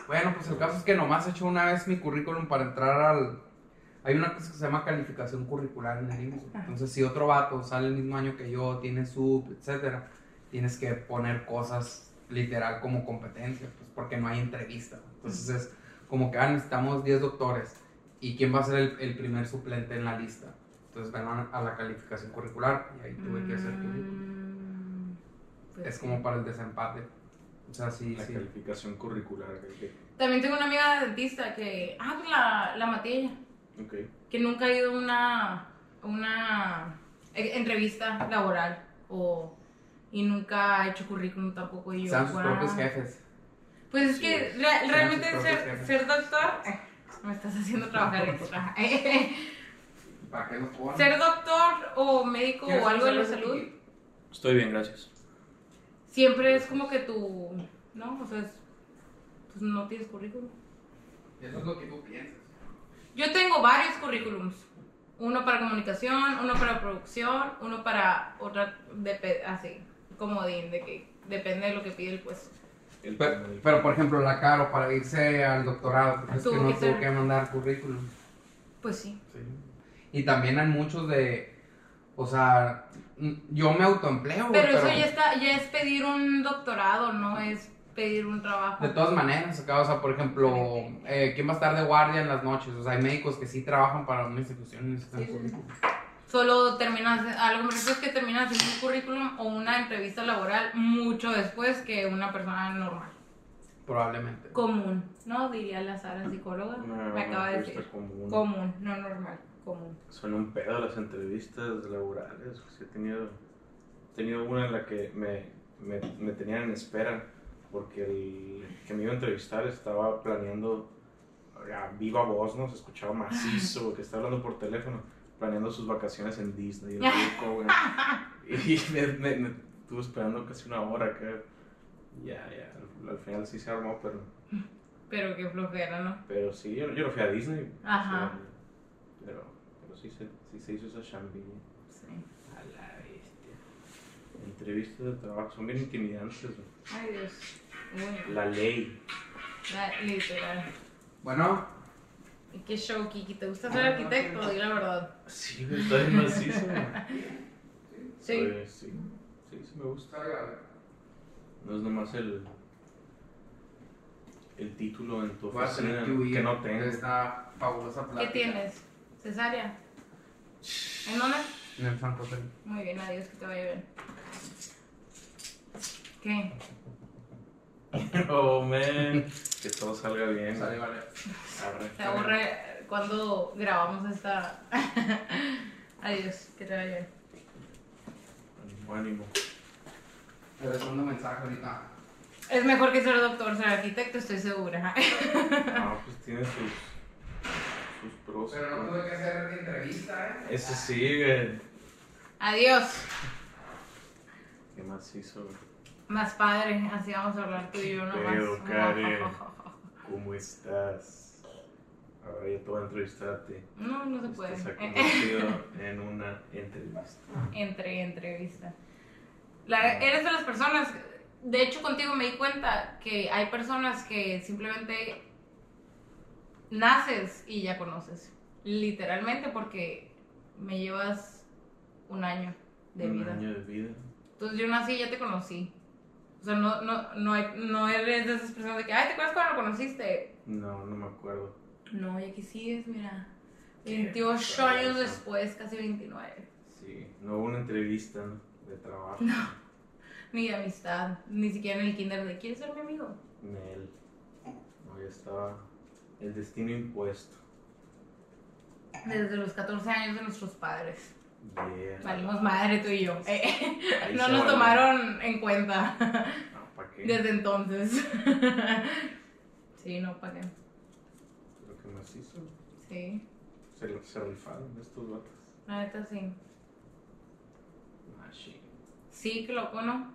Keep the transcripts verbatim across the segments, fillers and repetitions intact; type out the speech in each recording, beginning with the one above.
Bueno, pues el caso es que nomás he hecho una vez mi currículum para entrar al... Hay una cosa que se llama calificación curricular en el I M S S. Entonces, si otro vato sale el mismo año que yo, tiene sub, etcétera, tienes que poner cosas literal como competencia, pues porque no hay entrevista. Entonces, es como que ah, necesitamos diez doctores. ¿Y quién va a ser el, el primer suplente en la lista? Entonces, van a la calificación curricular y ahí tuve que hacer currículum. Pues es sí. Como para el desempate. O sea, sí, la sí. calificación curricular. Que... También tengo una amiga dentista que... Ah, pues la, la Matilla. Okay. Que nunca ha ido a una, una entrevista laboral o, y nunca ha hecho currículum tampoco. Y yo, sean sus wow. propios jefes. Pues es sí, que re, realmente ser, jefes. ser doctor... Eh, me estás haciendo trabajar extra. ¿Para qué los ponen? Ser doctor o médico o algo de la salud. Estoy bien, gracias. Siempre es como que tu... ¿No? O sea, es, pues no tienes currículum. Eso es lo que tú piensas. Yo tengo varios currículums. Uno para comunicación, uno para producción, uno para otra, de, así, comodín, de que depende de lo que pide el puesto. El, pero, pero, por ejemplo, la Caro, para irse al doctorado, ¿crees que no que tuvo que mandar currículum? Pues sí. Sí. Y también hay muchos de, o sea, yo me autoempleo. Pero, pero eso ya, está, ya es pedir un doctorado, no es pedir un trabajo. De todas maneras, acá, o sea, por ejemplo, eh, ¿quién va a estar de guardia en las noches? O sea, hay médicos que sí trabajan para una institución y necesitan sí, currículum. Solo terminas, a lo que me refiero es que terminas haciendo un currículum o una entrevista laboral mucho después que una persona normal. Probablemente. Común, ¿no? Diría la Sara, psicóloga. No, me acaba de decir. Común. Común, no normal, común. Son un pedo las entrevistas laborales. He tenido, he tenido una en la que me, me, me tenían en espera porque el que me iba a entrevistar estaba planeando a viva voz, ¿no? Se escuchaba macizo, que estaba hablando por teléfono, planeando sus vacaciones en Disney. El rico, güey. Y me, me, me estuve esperando casi una hora, que ya, ya, al, al final sí se armó, pero... Pero qué flojera, ¿no? Pero sí, yo, yo no fui a Disney. Ajá. Pero, pero sí, se, sí se hizo esa chambilla. Sí. A la bestia. Entrevistas de trabajo son bien intimidantes, güey. Ay, Dios. Uy. La ley. La, literal. Bueno. ¿Y qué show, Kiki? ¿Te gusta ser arquitecto? Di la verdad. Sí, me está bien macizo. Sí. Pues, sí. Sí, sí me gusta. No es nomás el... el título en tu oficina que, que no tengo. Esta fabulosa plática. ¿Qué tienes? ¿Cesárea? ¿En dónde? En el San José. Muy bien, adiós, que te vaya bien. ¿Qué? Oh, man. Que todo salga bien. Sale, vale. Arre, se aburre cuando grabamos esta... Adiós, que te vaya bien. Ánimo, ánimo. Te respondo un mensaje ahorita. Es mejor que ser doctor, ser arquitecto, estoy segura. No, pues tiene sus, sus pros. Pero no tuve que hacer entrevista, ¿eh? Ese sí, güey. Adiós. ¿Qué más hizo, güey? Más padre, así vamos a hablar tú y yo nomás. Pero, Karen, ¿cómo estás? Ahora yo te voy a entrevistarte. No, no se puede. Se ha convertido en una entrevista. Entre entrevista. La, eres de las personas... De hecho, contigo me di cuenta que hay personas que simplemente naces y ya conoces. Literalmente, porque me llevas un año de un vida. Un año de vida. Entonces yo nací y ya te conocí. O sea, no, no, no, no eres de esas personas de que, ay, ¿te acuerdas cuando lo conociste? No, no me acuerdo. No, y aquí sigues, mira. veintiocho años después, casi veintinueve. Sí, no hubo una entrevista, ¿no? De trabajo. No. Ni de amistad, ni siquiera en el kinder de ¿quieres ser mi amigo? Nel. No, ya estaba el destino impuesto. Desde los catorce años de nuestros padres. Yeah. Valimos madre tú y yo. Eh, no nos vale. tomaron en cuenta. No, ¿para qué? Desde entonces. Sí, no, ¿para qué? Lo que más hizo. Sí. Se, se rifaron estos vatos. La neta sí. Machine. Sí, qué loco, ¿no?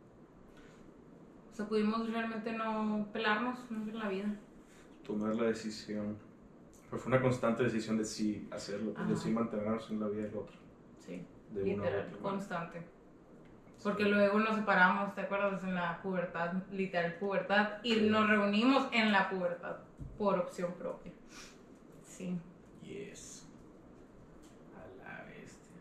O sea, pudimos realmente no pelarnos nunca en la vida. Tomar la decisión. Pero fue una constante decisión de sí hacerlo, de sí mantenernos en la vida del otro. Sí, de literal, una u otra constante. Porque luego nos separamos, ¿te acuerdas? En la pubertad, literal pubertad, y Sí. nos reunimos en la pubertad, por opción propia. Sí. Yes. A la bestia.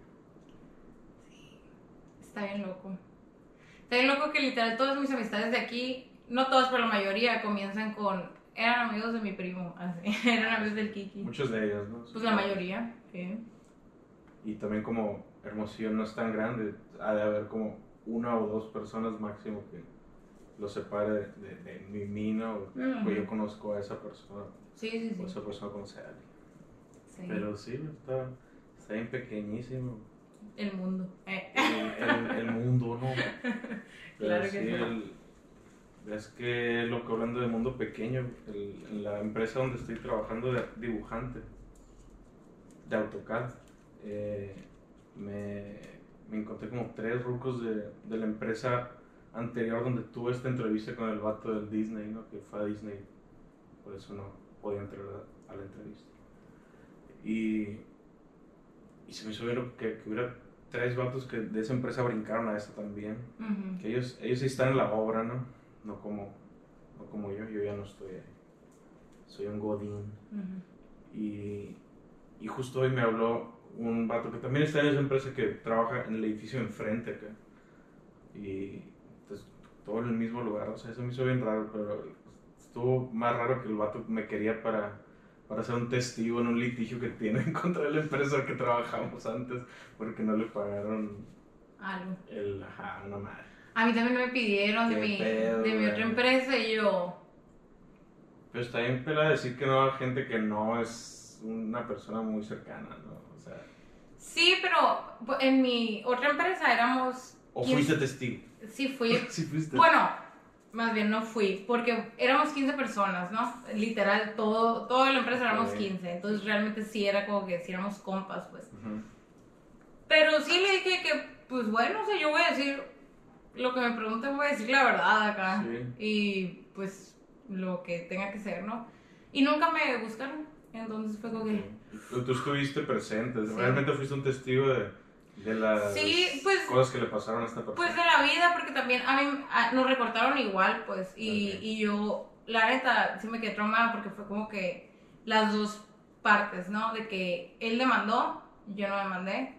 Sí. Está bien loco. Está bien loco que literal todas mis amistades de aquí, no todas, pero la mayoría, comienzan con, eran amigos de mi primo, así, eran amigos del Kiki. Muchos de ellos, ¿no? Pues la mayoría, sí. Y también como Hermosillo no es tan grande, ha de haber como una o dos personas máximo que lo separe de, de, de mi mina, o Ujú. pues yo conozco a esa persona, Sí, sí, o sí. esa persona conoce a alguien. Sí. Pero sí, está, está bien pequeñísimo El mundo. Eh. el, el, el mundo, ¿no? Pero Claro que sí, sí. el- es que lo que hablando de mundo pequeño, el- en la empresa donde estoy trabajando de dibujante, de AutoCAD, eh, me, me encontré como tres rucos de, de la empresa anterior donde tuve esta entrevista con el vato del Disney, ¿no? Que fue a Disney, por eso no podía entrar a, a la entrevista. Y, y se me hizo bien que, que hubiera tres vatos que de esa empresa brincaron a esta también. Ujú. Que ellos, ellos sí están en la obra, ¿no? No como, no como yo, yo ya no estoy ahí. Soy un godín. Ujú. Y, y justo hoy me habló un vato que también está en esa empresa que trabaja en el edificio enfrente acá. Y pues, todo en el mismo lugar, o sea, eso me hizo bien raro, pero estuvo más raro que el vato me quería para, para ser un testigo en un litigio que tiene en contra de la empresa que trabajamos antes, porque no le pagaron Algo. el, ajá, una madre. A mí también me pidieron de Qué mi, pedo, de mi güey. otra empresa y yo, Pero está bien pela decir que no a gente que no es una persona muy cercana, ¿no? O sea, sí, pero en mi otra empresa éramos... o quince fuiste testigo. Sí, fui. Sí fuiste. Bueno, más bien no fui, porque éramos quince personas, ¿no? Literal, todo, toda la empresa éramos Ok. quince, entonces realmente sí era como que si éramos compas, pues. Ujú. Pero sí le dije que, pues bueno, o sea, yo voy a decir lo que me pregunten, voy a decir la verdad acá. Sí. Y pues lo que tenga que ser, ¿no? Y nunca me buscaron, entonces fue como que... Tú, tú estuviste presente, Sí. realmente fuiste un testigo de, de las Sí, pues- cosas que le pasaron a esta persona. Pues de la vida, porque también a mí a- nos recortaron igual, pues, y, Ok. y yo, la neta, sí me quedé traumada porque fue como que las dos partes, ¿no? De que él demandó, yo no demandé,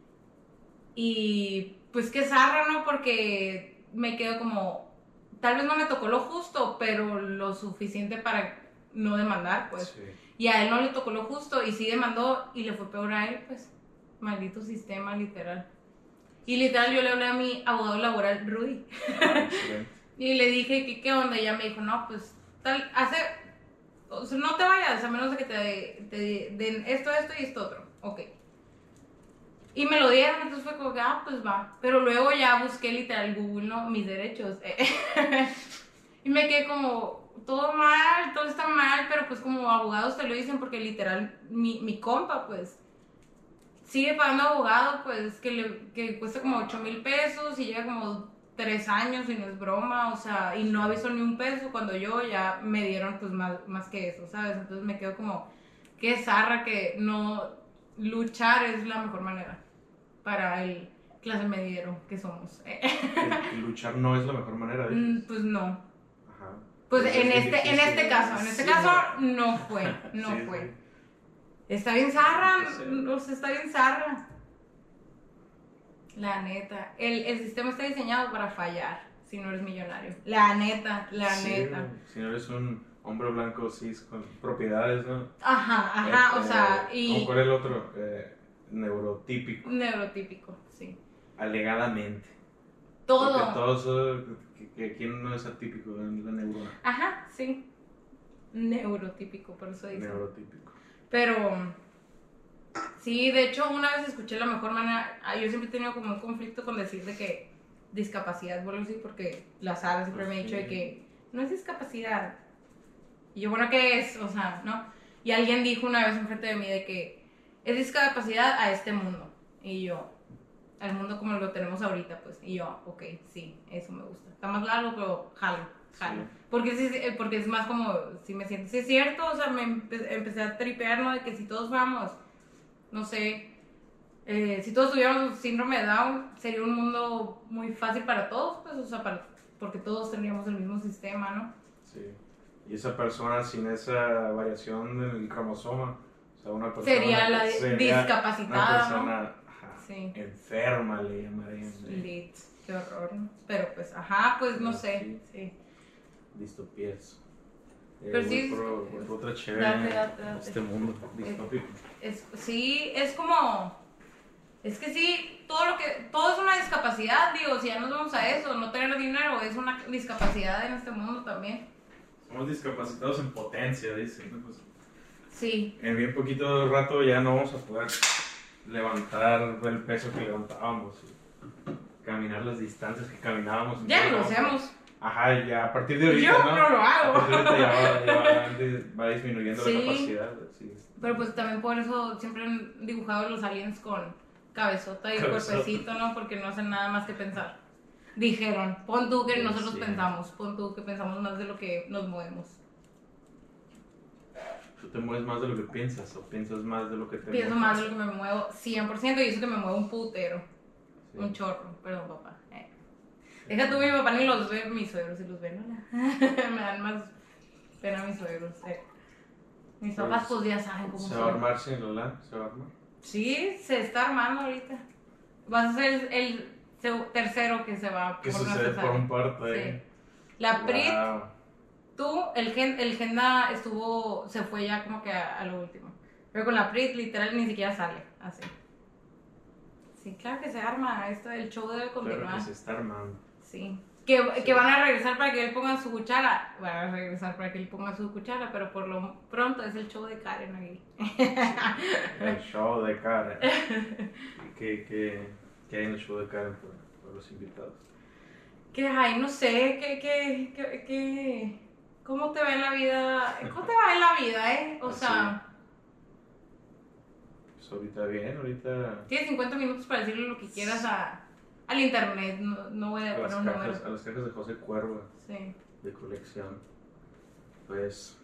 y pues qué zarra, ¿no? Porque me quedo como, tal vez no me tocó lo justo, pero lo suficiente para no demandar, pues. Sí. Y a él no le tocó lo justo, y sí demandó, y le fue peor a él, pues, maldito sistema, literal. Y literal yo le hablé a mi abogado laboral, Rudy, Ah, excelente. y le dije que qué onda, y ella me dijo, no, pues, tal, hace, o sea, no te vayas, a menos de que te, te den esto, esto y esto otro, ok. Y me lo dieron, entonces fue como que, ah, pues va. Pero luego ya busqué literal Google, ¿no? Mis derechos. Y me quedé como, todo mal, todo está mal, pero pues como abogados te lo dicen porque literal, mi, mi compa, pues, sigue pagando abogado, pues, que, le, que cuesta como ocho mil pesos y lleva como tres años y no es broma, o sea, y no avisó ni un peso cuando yo ya me dieron pues más, más que eso, ¿sabes? Entonces me quedo como, qué zarra que no luchar es la mejor manera para el clase mediero que somos. Que luchar no es la mejor manera de Mm, pues no. Ajá. Pues Es en bien este, en difícil. este caso, en este Sí, caso no fue, no Sí, fue. sí. Está bien zarra, Sí, sí. o sea, está bien zarra. La neta. El, el sistema está diseñado para fallar si no eres millonario. La neta, la Sí, neta. güey. Si no eres un hombre blanco cis con propiedades, ¿no? Ajá, ajá, Eh, o sea, eh, y... ¿Cuál es el otro? Eh, neurotípico. Neurotípico, sí. Alegadamente. Porque Todo. todos, eh, que, que ¿quién no es atípico en la neurona? Ajá, sí. Neurotípico, por eso dice. Neurotípico. Pero sí, de hecho una vez escuché la mejor manera, ah, yo siempre he tenido como un conflicto con decir de que discapacidad, vuelvo así, porque la Sara siempre me ha dicho de que no es discapacidad. Y yo, bueno, ¿qué es? O sea, ¿no? Y alguien dijo una vez enfrente de mí de que es discapacidad a este mundo. Y yo, al mundo como lo tenemos ahorita, pues. Y yo, ok, sí, eso me gusta. Está más largo, pero jalo, jalo. Sí. Porque, sí, sí, porque es más como, si me siento, sí es cierto, o sea, me empe- empecé a tripear, ¿no? De que si todos vamos, no sé, Eh, si todos tuviéramos síndrome de Down, sería un mundo muy fácil para todos, pues, o sea, para, porque todos tendríamos el mismo sistema, ¿no? Sí. Y esa persona sin esa variación del cromosoma, o sea, una persona Sería la sería discapacitada, una persona, ¿no? ajá, Sí. enferma, le llamarían. Lit, qué horror, ¿no? Pero pues, ajá, pues no Sí. sé, sí. Distopías. Eh, Pero voy sí, por, voy por otra chévere date, date, date. este mundo distópico. Es, sí, es como, es que sí, todo lo que, todo es una discapacidad, digo, si ya nos vamos a eso, no tener dinero es una discapacidad en este mundo también. Somos discapacitados en potencia, dicen. ¿No? Pues, Sí. en bien poquito rato ya no vamos a poder levantar el peso que levantábamos y caminar las distancias que caminábamos. Ya lo Entonces, hacemos. Ajá, ya a partir de ahorita, Yo ¿no? no lo hago. A partir de ahorita ya va, ya va, va disminuyendo Sí. la capacidad. Sí. Pero pues también por eso siempre han dibujado los aliens con cabezota y Cabezota. cuerpecito, ¿no? Porque no hacen nada más que pensar. Dijeron, pon tú que Sí, nosotros sí. pensamos, pon tú que pensamos más de lo que nos movemos. ¿Tú te mueves más de lo que piensas o piensas más de lo que te Pienso mueves? más de lo que me muevo cien por ciento y eso que me muevo un putero, Sí. un chorro, perdón papá. Eh. Deja tú, mi papá ni los ve, mis suegros sí los ven, ¿no? Me dan más pena mis suegros. Eh. Mis Pero papás pues ya saben cómo ¿Se son. va a armar sin Lola? ¿Se va a armar? Sí, se está armando ahorita. Vas a ser el, el se- tercero que se va ¿Qué por una sucede por cesárea. un parto ahí? Sí. La Prit, Wow. tú, el, gen, el Genda estuvo, se fue ya como que a, a lo último. Pero con la Prit literal ni siquiera sale, así. Sí, claro que se arma, esto, el show debe continuar. Claro que se está armando. Sí. Que, que van a regresar para que él ponga su cuchara. Van a regresar para que él ponga su cuchara, pero por lo pronto es el show de Karen aquí. El show de Karen. ¿Y qué, qué, qué hay en el show de Karen por, por los invitados? Que, ay, no sé, que, que, que, que, ¿cómo te va en la vida? ¿Cómo te va en la vida, eh? O sea, Pues ahorita bien, ahorita tienes cincuenta minutos para decirle lo que quieras a, al internet, no, no voy a a las, poner un cajas, a número. las cajas de José Cuervo Sí. de colección. Pues,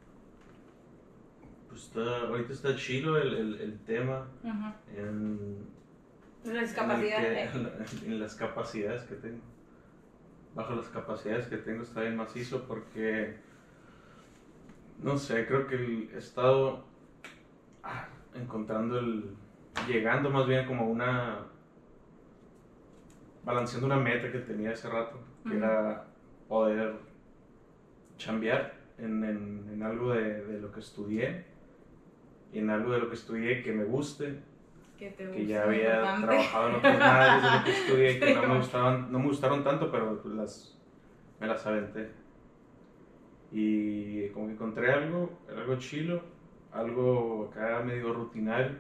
pues está, ahorita está chido el, el, el tema Ajá. en, La discapacidad. en, el eh. que- en las capacidades que tengo. Bajo las capacidades que tengo está bien macizo porque, no sé, creo que el- he estado ah, encontrando el, llegando más bien como una, balanceando una meta que tenía hace rato, que Ujú. era poder chambear en, en, en algo de, de lo que estudié, y en algo de lo que estudié que me guste, Que, te que gusta, ya había importante. trabajado en otras madres de lo que estudié y que Sí, no me bueno. gustaban, no me gustaron tanto, pero pues las, me las aventé. Y como que encontré algo, era algo chilo, algo acá medio rutinario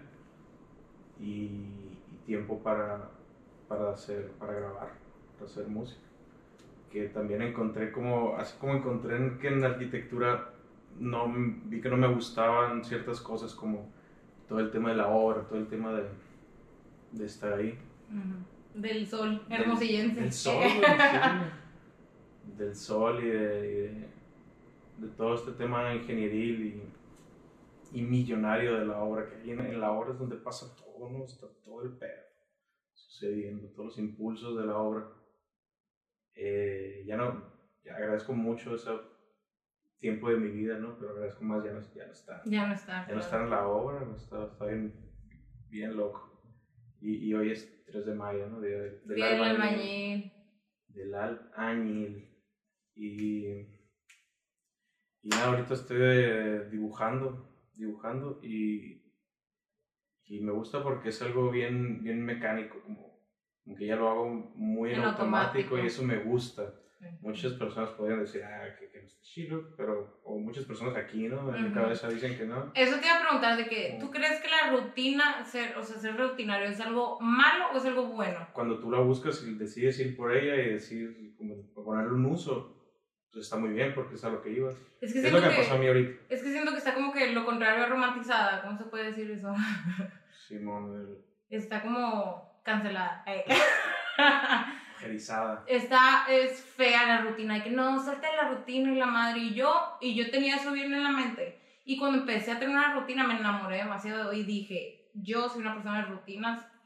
y, y tiempo para, para hacer, para grabar, para hacer música. Que también encontré como, así como encontré en- que en la arquitectura no, m- vi que no me gustaban ciertas cosas como todo el tema de la obra, todo el tema de, de estar ahí. Ujú. Del sol, Del- hermosillense. Del sol, güey, sí. Del sol y de, y de, de todo este tema ingenieril y, y millonario de la obra, que ahí en, en la obra es donde pasa todo, ¿no? Está todo el pedo sucediendo, todos los impulsos de la obra. Eh, ya no, ya agradezco mucho ese tiempo de mi vida, ¿no? Pero agradezco más ya no, ya no estar. Ya no está. Ya no claro. estar en la obra, no está, está bien, bien loco. Y, y hoy es tres de mayo, ¿no? Día de- del Fiel albañil. albañil. Del albañil. Y, y nada, ahorita estoy eh, dibujando, dibujando y, y me gusta porque es algo bien, bien mecánico, como, como que ya lo hago muy en, En automático, automático. y eso me gusta. Sí. Muchas personas podrían decir, ah, que, que no está chido, pero, o muchas personas aquí, ¿no? En mi Ujú. cabeza dicen que no. Eso te iba a preguntar de que, ¿tú crees que la rutina, ser, o sea, ser rutinario es algo malo o es algo bueno? Cuando tú la buscas y decides ir por ella y decir, como ponerle un uso, pues está muy bien porque es a lo que ibas. Es que Es siento lo que que, me pasó a mí ahorita. es que siento que está como que lo contrario a romantizada, ¿cómo se puede decir eso? Simón, el- Está como cancelada. Eh. Mujerizada. Está, es fea la rutina, y que no, salte de la rutina y la madre, y yo, y yo tenía eso bien en la mente, y cuando empecé a tener una rutina me enamoré demasiado y dije, yo soy una persona de rutinas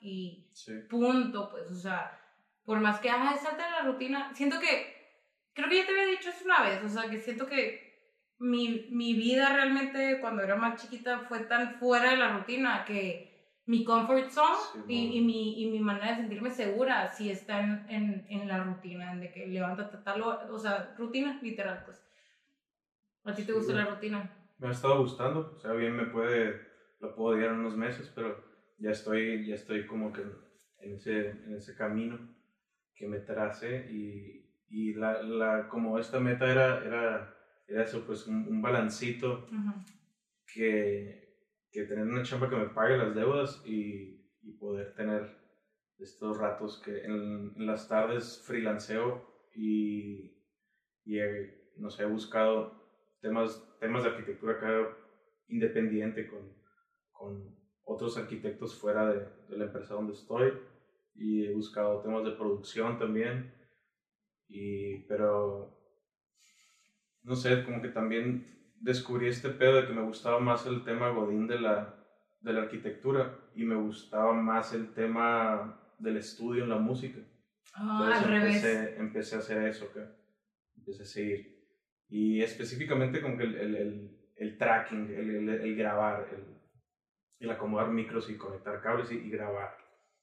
y Sí. punto, pues, o sea, por más que hagas salta de la rutina, siento que, creo que ya te había dicho eso una vez, o sea, que siento que mi, mi vida realmente cuando era más chiquita fue tan fuera de la rutina que mi comfort zone Sí, y, bueno. y, mi, y mi manera de sentirme segura sí está en, en, en la rutina, en de que levántate tal, hora, o sea, rutina literal, pues. ¿A ti te Sí, gusta güey. la rutina? Me ha estado gustando, o sea, bien me puede, lo puedo odiar en unos meses, pero ya estoy, ya estoy como que en ese, en ese camino que me tracé y, y la, la, como esta meta era, era, era eso, pues un, un balancito Uh-huh. que, que tener una chamba que me pague las deudas y, y poder tener estos ratos que en, en las tardes freelanceo y, y he, no sé, he buscado temas, temas de arquitectura acá independiente con, con otros arquitectos fuera de, de la empresa donde estoy y he buscado temas de producción también, y, pero no sé, como que también descubrí este pedo de que me gustaba más el tema godín de la, de la arquitectura y me gustaba más el tema del estudio en la música. Ah, Entonces al empecé, revés. empecé a hacer eso, que empecé a seguir. Y específicamente como que el, el, el, el tracking, el, el, el grabar, el, el acomodar micros y conectar cables y, y grabar.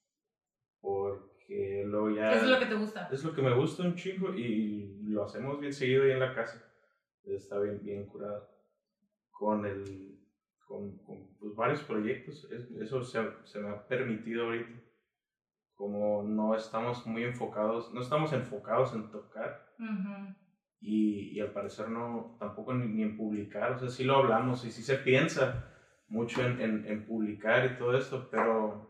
Porque luego ya... Eso es lo que te gusta. Es lo que me gusta un chingo y lo hacemos bien seguido ahí en la casa. Está bien, bien curado. Con, el, con, con pues, varios proyectos. Es, eso se, se me ha permitido ahorita. Como no estamos muy enfocados, no estamos enfocados en tocar. Uh-huh. Y, y al parecer no, tampoco ni, ni en publicar. O sea, sí lo hablamos y sí se piensa mucho en, en, en publicar y todo esto, pero...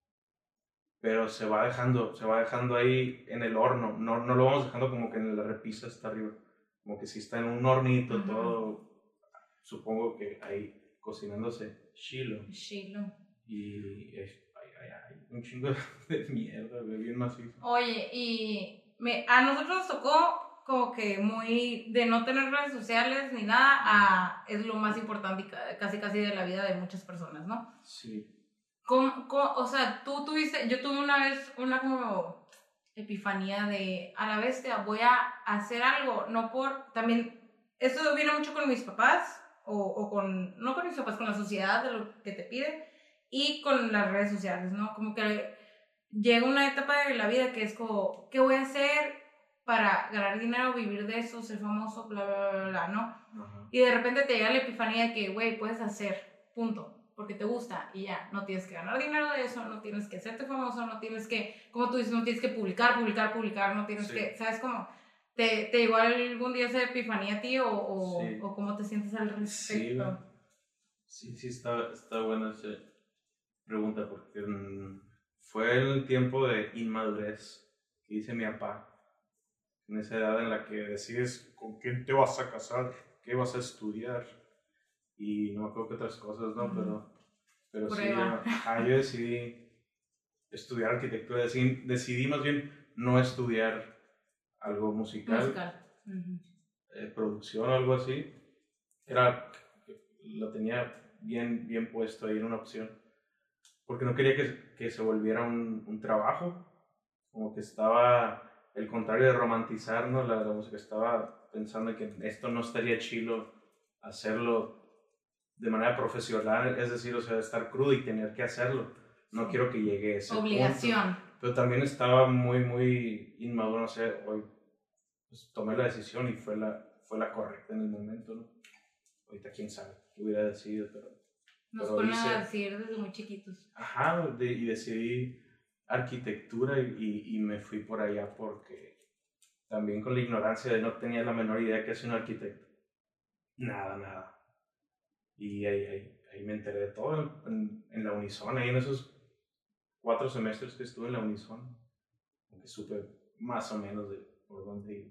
pero se va dejando, se va dejando ahí en el horno, no, no lo vamos dejando como que en la repisa hasta arriba, como que si está en un hornito Uh-huh. todo, supongo que ahí cocinándose chilo. Chilo. Y es, ay, ay, ay, un chingo de mierda, bien macizo. Oye, y me, a nosotros nos tocó como que muy de no tener redes sociales ni nada, a, es lo más importante y casi casi de la vida de muchas personas, ¿no? Sí. ¿Cómo, cómo, o sea, tú tuviste, yo tuve una vez una como epifanía de, a la bestia, voy a hacer algo, no por, también, esto viene mucho con mis papás, o, o con, no con mis papás, con la sociedad de lo que te pide, y con las redes sociales, ¿no? Como que llega una etapa de la vida que es como, ¿qué voy a hacer para ganar dinero, vivir de eso, ser famoso, bla, bla, bla, bla, ¿no? Ajá. Y de repente te llega la epifanía de que, güey, puedes hacer, punto. Porque te gusta y ya, no tienes que ganar dinero de eso, no tienes que hacerte famoso, no tienes que, como tú dices, no tienes que publicar, publicar, publicar, no tienes Sí. que, ¿sabes cómo? ¿Te, te llegó algún día esa epifanía a ti o, o, Sí. o cómo te sientes al respecto? Sí, sí, sí está, está buena esa pregunta porque mm, fue el tiempo de inmadurez que dice mi papá, en esa edad en la que decides con quién te vas a casar, qué vas a estudiar y no me acuerdo qué otras cosas, ¿no? Ujú. Pero, pero sí, Prueba. ajá, yo decidí estudiar arquitectura, decidí, decidí más bien no estudiar algo musical, Musical. Ujú. eh, producción o algo así. Era, lo tenía bien, bien puesto ahí en una opción, porque no quería que, que se volviera un, un trabajo, como que estaba el contrario de romantizar, ¿no? la, la música, estaba pensando que esto no estaría chilo hacerlo de manera profesional, es decir, o sea, estar crudo y tener que hacerlo. No Sí. quiero que llegue a ese Obligación. punto. Pero también estaba muy, muy inmaduro, no sé, hoy pues, tomé la decisión y fue la, fue la correcta en el momento, ¿no? Ahorita quién sabe qué hubiera decidido, pero... Nos pero ponen hice- a decir desde muy chiquitos. Ajá, de- y decidí arquitectura y, y, y me fui por allá porque también con la ignorancia de no tenía la menor idea que es un arquitecto. Nada, nada. Y ahí, ahí, ahí me enteré de todo en, en la Unison, ahí en esos cuatro semestres que estuve en la Unison, que supe más o menos de por dónde ir.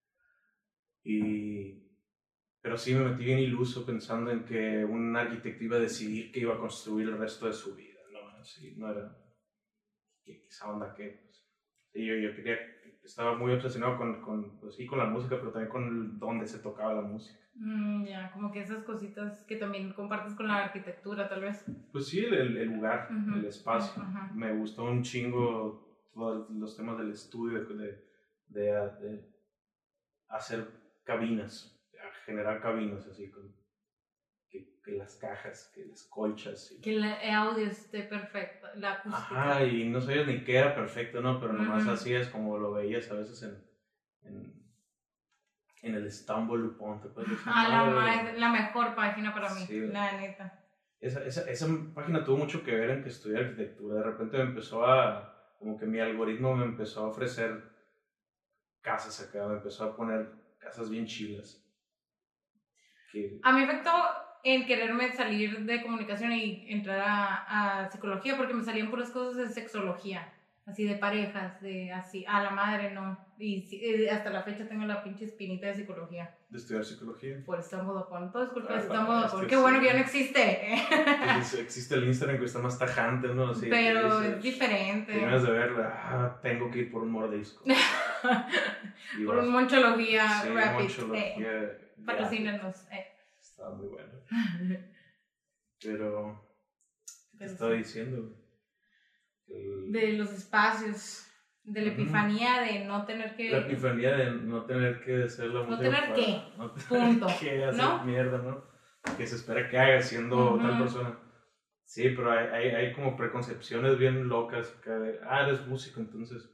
Y, pero sí me metí bien iluso pensando en que un arquitecto iba a decidir qué iba a construir el resto de su vida, ¿no? Así, no era... ¿Qué, esa onda qué? Pues, Y yo, yo quería, estaba muy obsesionado con, con, pues sí, con la música, pero también con el, dónde se tocaba la música. Mm, ya, como que esas cositas que también compartes con la arquitectura, tal vez. Pues sí, el, el lugar, Uh-huh. el espacio. Uh-huh. Me gustó un chingo todos los temas del estudio, de, de, de, de hacer cabinas, generar cabinas así, con, que, que las cajas, que las colchas. Y... que el audio esté perfecto, la acústica. Ajá, y no sabías ni qué era perfecto, ¿no? Pero nomás Uh-huh. hacías como lo veías a veces en, en, en el Stumble Upon, ¿te puedes decir? Ah, la, ma- la mejor página para mí, sí, la neta. Esa, esa, esa página tuvo mucho que ver en que estudié arquitectura. De repente me empezó a, como que mi algoritmo me empezó a ofrecer casas acá, me empezó a poner casas bien chilas. Que... A mí me afectó en quererme salir de comunicación y entrar a, a psicología porque me salían puras cosas de sexología, así de parejas, de así, a la madre no. Y hasta la fecha tengo la pinche espinita de psicología. De estudiar psicología. Por Estamos Upon. Todo es culpa de Ah, Estamos es Upon. que Qué sí. bueno que ya no existe. Pues existe el Instagram que está más tajante, ¿no? Así, pero dices, es diferente. Tienes de verla, ah, tengo que ir por un mordisco. Por un monchología sí, rapid. Monchología. Eh, Patrocínanos. Eh. Estaba muy bueno. Pero, ¿qué te Pero estaba sí. diciendo? El... De los espacios, de la epifanía de no tener que... La epifanía de no tener que hacer la música. No tener para, qué, no tener punto, que hacer ¿no? mierda, ¿no? Que se espera que haga siendo Uh-huh. tal persona. Sí, pero hay, hay, hay como preconcepciones bien locas acá de, ah, eres músico, entonces,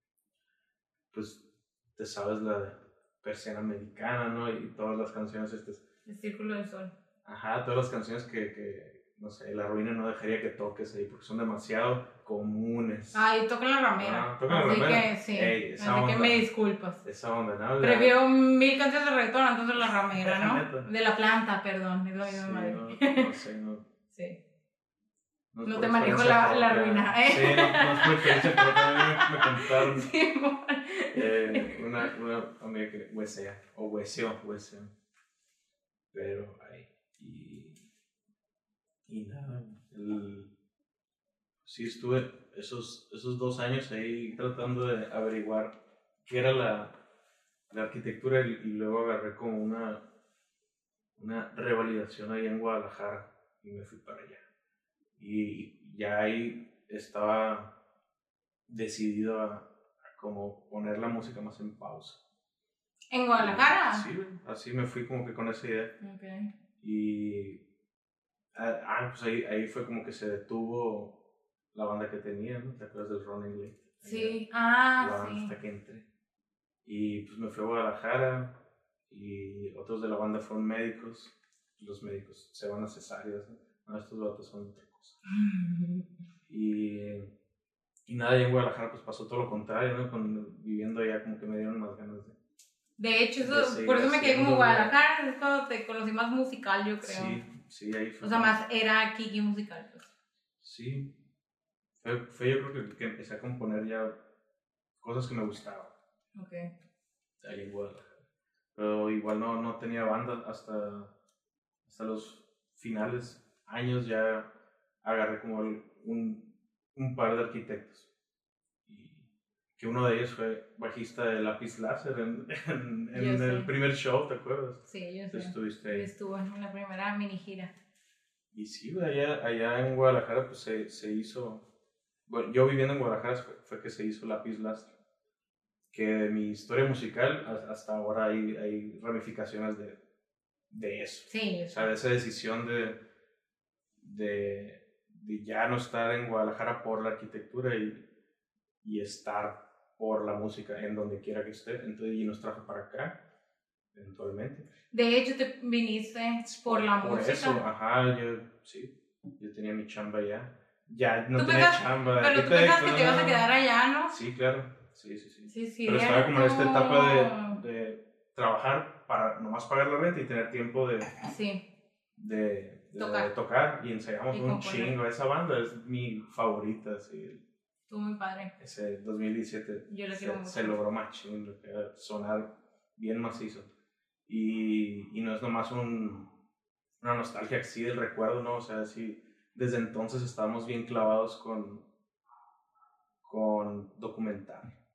pues, te sabes la de Persiana Americana, ¿no? Y todas las canciones estas. El Círculo del Sol. Ajá, todas las canciones que, que, no sé, La Ruina no dejaría que toques ahí porque son demasiado comunes. Ah, y tocan la ramera. Ah, tocan la así ramera. que sí, Ey, esa así onda. que me disculpas. Esa onda, ¿no? La... Prefiero mil canciones de reggaetón antes de la ramera, ¿no? Neta. De la planta, perdón, es lo mismo Sí, madre. no, no sé, no. Sí. No, No por te manejo experiencia la- la propia. ruina, ¿eh? Sí, no, no es por experiencia propia. A mí me, me contaron Sí, eh, una, una amiga que huesea, o hueseó, hueseó. Pero, ay, y, y nada, el, sí estuve esos, esos dos años ahí tratando de averiguar qué era la, la arquitectura y, y luego agarré como una, una revalidación ahí en Guadalajara y me fui para allá. Y ya ahí estaba decidido a, a como poner la música más en pausa. ¿En Guadalajara? Sí, así me fui como que con esa idea. Okay. Y ah, pues ahí, ahí fue como que se detuvo la banda que tenía, ¿no? ¿Te acuerdas del Running Late? Sí, La ah, banda sí. hasta que entré. Y pues me fui a Guadalajara y otros de la banda fueron médicos. Los médicos se van a cesáreas, ¿no? No, estos vatos son otra cosa. Y, y nada, y en Guadalajara pues pasó todo lo contrario, ¿no? Con, viviendo allá como que me dieron más ganas de... De hecho, de eso, seguir por eso me quedé como haciendo, Guadalajara, es cuando te conocí más musical, yo creo. Sí, sí, ahí fue. O sea, más era Kiki musical, pues. Sí, fue, fue yo creo que, que empecé a componer ya cosas que me gustaban. Ok. Ahí en Guadalajara. Pero igual no, no tenía banda hasta, hasta los finales años ya agarré como el, un, un par de arquitectos. Y que uno de ellos fue bajista de Lápiz Láser en, en, en el sé. primer show, ¿te acuerdas? Sí, yo Tú sé. estuviste ahí. Estuvo en la primera mini gira. Y sí, allá, allá en Guadalajara pues se, se hizo... Bueno, yo viviendo en Guadalajara fue, fue que se hizo Lápiz Láser. Que de mi historia musical hasta ahora hay, hay ramificaciones de, de eso. Sí, yo O sea, de esa decisión de, de, de ya no estar en Guadalajara por la arquitectura y, y estar por la música en donde quiera que esté. Entonces, y nos trajo para acá, eventualmente. De hecho, te viniste por la por música. Por eso, ajá, yo, sí, yo tenía mi chamba allá. Ya no ¿Tú tenía pensas, chamba. pero tú pensabas que te ibas a quedar allá, ¿no? Sí, claro, sí, sí, sí. Sí, sí. Pero era estaba como en esta como- etapa de, de trabajar para nomás pagar la renta y tener tiempo de, Sí. de, de Tocar. tocar. Y ensayamos Y un componer. chingo. Esa banda es mi favorita, sí. Estuvo muy padre. Ese dos mil diecisiete Yo la se, quiero mucho. se logró machín, lo que era sonar bien macizo. Y, y no es nomás un, una nostalgia así del recuerdo, ¿no? O sea, sí, desde entonces estábamos bien clavados con, con documentar.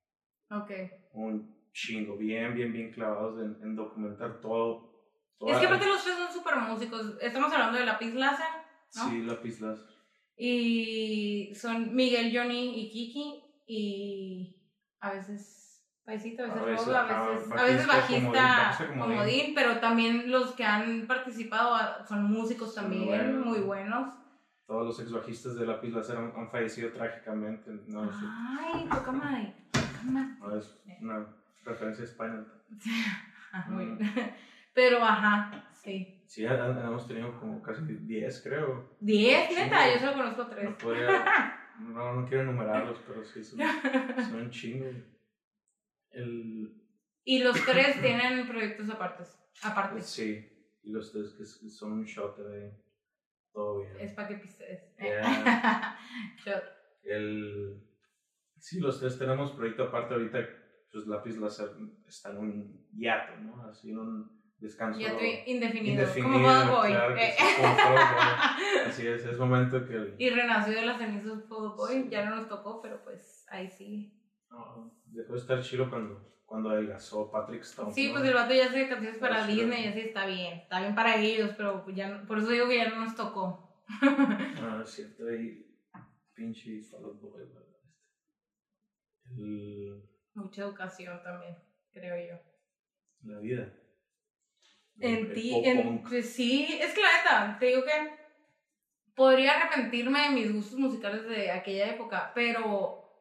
Ok. Un chingo, bien, bien, bien clavados en, en documentar todo. Es que aparte los tres son súper músicos. Estamos hablando de Lápiz Láser, ¿no? Sí, Lápiz Láser. Y son Miguel, Johnny y Kiki. Y a veces Paisito, a veces A veces, Rodo, a ajá, veces, a bajista, veces bajista, comodín, bajista, comodín. comodín, pero también los que han participado ah, son músicos Son también, buenos. muy buenos. Todos los ex bajistas de Lápiz Láser han, han fallecido trágicamente. No, no sé. Ay, toca madre, toca madre. No, es una referencia a España. Ah, muy Mm. bien. Pero ajá, sí. Sí, han- hemos tenido como casi diez, creo. ¿Diez? Sí. Neta, yo solo conozco tres. No podría, no, no quiero enumerarlos, pero sí, son, son un chingo. El, Y los tres tienen proyectos apartes. Aparte. sí, y los tres que son un shot ahí. Todo bien. Es para que pises. Yeah. Shot. El, sí, los tres tenemos proyecto aparte ahorita. Pues Lápiz Láser está en un hiato, ¿no? Así en un descanso. Ya estoy indefinido. indefinido. Como Fall Out Boy. Claro que Eh. sí, como Fall Out Boy. Así es, es momento que... El, Y renació de las cenizas Fall Out Boy. Sí. Ya no nos tocó, pero pues ahí sí. no, dejó de estar chido cuando, cuando adelgazó Patrick Stone. Sí, ¿no? pues el vato ya hace canciones para Ah, sí. Disney y así está bien. Está bien para ellos, pero ya no- por eso digo que ya no nos tocó. Ah, es cierto, ahí pinche Fall Out Boy, ¿verdad? El, Mucha educación también, creo yo. la vida. En El ti, pop en, punk. pues sí, es que la neta, te digo que podría arrepentirme de mis gustos musicales de aquella época, pero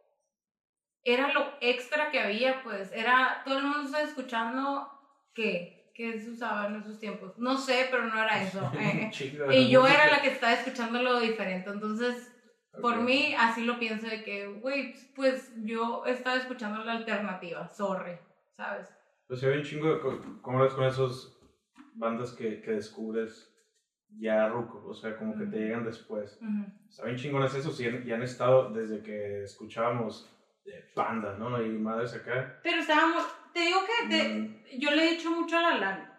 era lo extra que había, pues, era, todo el mundo estaba escuchando, ¿qué? ¿Qué se usaba en esos tiempos? No sé, pero no era eso. eh. Chica, Y yo música. era la que estaba escuchando lo diferente, entonces, por Ok. mí, así lo pienso de que, güey, pues yo estaba escuchando la alternativa, sorry, ¿sabes? Pues se ve un chingo de co- cómo eres con esas bandas que, que descubres ya ruco, o sea, como que te Ujú. llegan después. Ujú. Está bien chingones esos y han, y han estado desde que escuchábamos de Panda, ¿no? Y madres acá. Pero estábamos, te digo que te, Mm, yo le he dicho mucho a la Lana.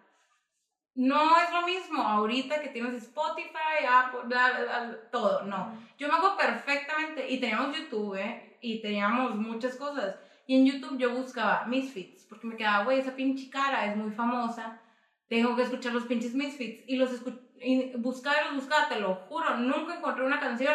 No es lo mismo ahorita que tienes Spotify, Apple, bla, bla, bla, todo, no. Yo me acuerdo perfectamente, y teníamos YouTube, ¿eh? Y teníamos muchas cosas. Y en YouTube yo buscaba Misfits, porque me quedaba, güey, esa pinche cara es muy famosa, tengo que escuchar los pinches Misfits. Y los escu y buscaba y los buscaba, te lo juro, nunca encontré una canción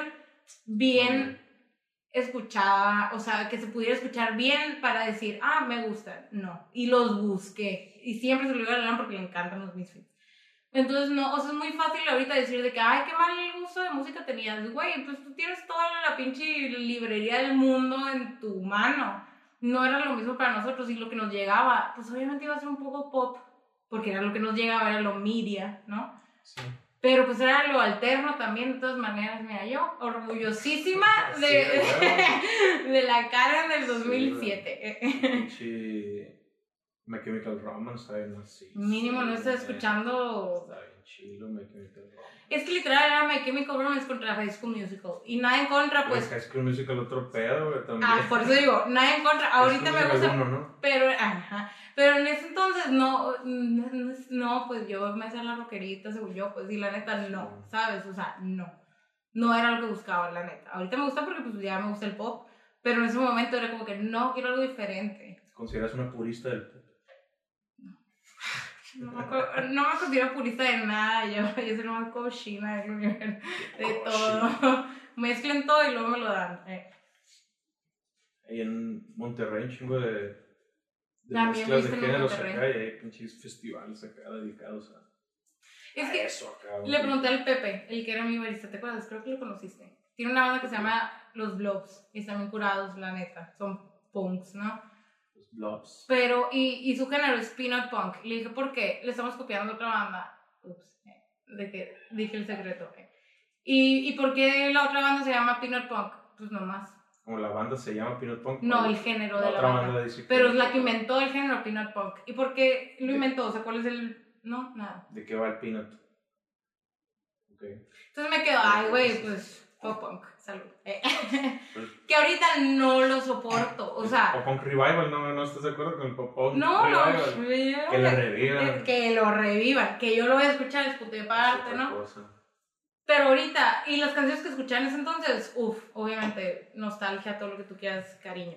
bien escuchada, o sea, que se pudiera escuchar bien para decir, ah, me gustan. No, y los busqué. Y siempre se lo digo a la Lana porque le encantan los Misfits. Entonces, no, o sea, es muy fácil ahorita decir de que, ay, qué mal gusto de música tenías. Güey, pues tú tienes toda la pinche librería del mundo en tu mano. No era lo mismo para nosotros y lo que nos llegaba, pues obviamente iba a ser un poco pop, porque era lo que nos llegaba, era lo media, ¿no? sí. Pero pues era lo alterno también, de todas maneras, mira, yo orgullosísima Sí, de, bueno. de la cara del Sí, dos mil siete. Pinche My Chemical Romance, está bien así. Mínimo no sí, estás eh, escuchando. Está bien chido My Chemical Romance. Es que literal era My Chemical Romance contra High School Musical. Y nada en contra, Pues pues. High School Musical otro pedo, güey, también. Ah, por eso digo, nada en contra. Ahorita me gusta. Alguno, ¿no? Pero, ajá. Pero en ese entonces no, no, no, pues yo me hacía la rockerita, según yo, pues, y la neta no, ¿sabes? O sea, no. No era lo que buscaba, la neta. Ahorita me gusta porque, pues, ya me gusta el pop. Pero en ese momento era como que no, quiero algo diferente. ¿Te consideras una purista del pop? No me, co- no me considero purista de nada, yo, yo soy la más cochina del universo, de todo. Mezclen todo y luego me lo dan. Eh. Ahí en Monterrey, un chingo de, de También mezclas viste de en géneros Monterrey. acá y hay pinches festivales acá dedicados a, Es a que eso acá. le pregunté al Pepe, el que era mi barista, ¿te acuerdas? Creo que lo conociste. Tiene una banda que se llama Los Blobs y están bien curados, la neta. Son punks, ¿no? Los blobs. Pero, y, y su género es peanut punk. Le dije, ¿por qué? Le estamos copiando a otra banda. Ups, eh, de que dije el secreto. Eh. ¿Y, ¿Y por qué la otra banda se llama peanut punk? Pues nomás. Como la banda se llama Peanut Punk. No, o el género la de la otra banda. dice Pero es Peanut la que Punk. inventó el género peanut punk. ¿Y por qué lo De- inventó? O sea, ¿cuál es el...? No, nada. ¿De qué va el peanut? Ok. Entonces me quedo, ay, güey, pues... Pop punk, salud. Eh. Que ahorita no lo soporto, o sea... Pop Punk Revival, ¿no, ¿no estás de acuerdo con el Pop Punk No, no, Revival? Que lo revivan. Que lo revivan, que yo lo voy a escuchar, escuché Es parte, otra ¿no? cosa. Pero ahorita, y las canciones que escuché en ese entonces, uff, obviamente, nostalgia, todo lo que tú quieras, cariño.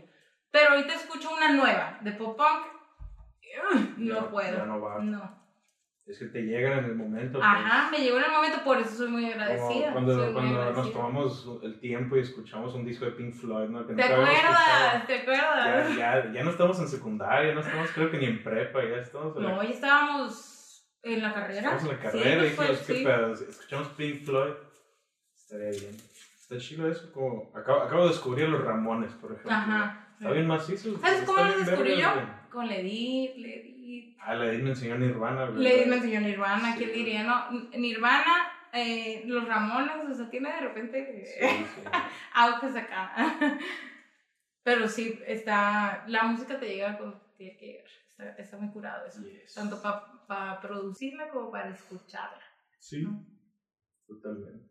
Pero ahorita escucho una nueva de pop punk. No Ya- puedo. ya no va. No. Es que te llegan en el momento. Ajá, pues, me llegó en el momento, por eso soy muy como agradecida. cuando soy muy cuando nos agradecida. tomamos el tiempo y escuchamos un disco de Pink Floyd, ¿no? Que ¿Te nunca habíamos acuerdas? escuchado. ¿Te acuerdas? Ya, ya, ya no estamos en secundaria, no estamos creo que ni en prepa, ya estamos en la, No, ya estábamos en la carrera. estamos en la Sí, carrera y pues, fue- dijimos, ¿qué sí. pedo? Escuchamos Pink Floyd, estaría bien. Está chido eso, como acabo, acabo de descubrir a los Ramones, por ejemplo. Ajá. Está bien macizo. ¿Sabes está cómo los bien descubrí vergas, yo? güey. Con Lady, Lady. Ah, la Edith me enseñó Nirvana, ¿verdad? Lady me enseñó Nirvana, Sí. ¿quién diría? No, Nirvana, eh, los Ramones, o sea, tiene de repente Sí, sí. auges acá. Pero sí, está, la música te llega cuando tiene que llegar. Está, está muy curado eso. Yes. Tanto para pa producirla como para escucharla. Sí, ¿no? totalmente.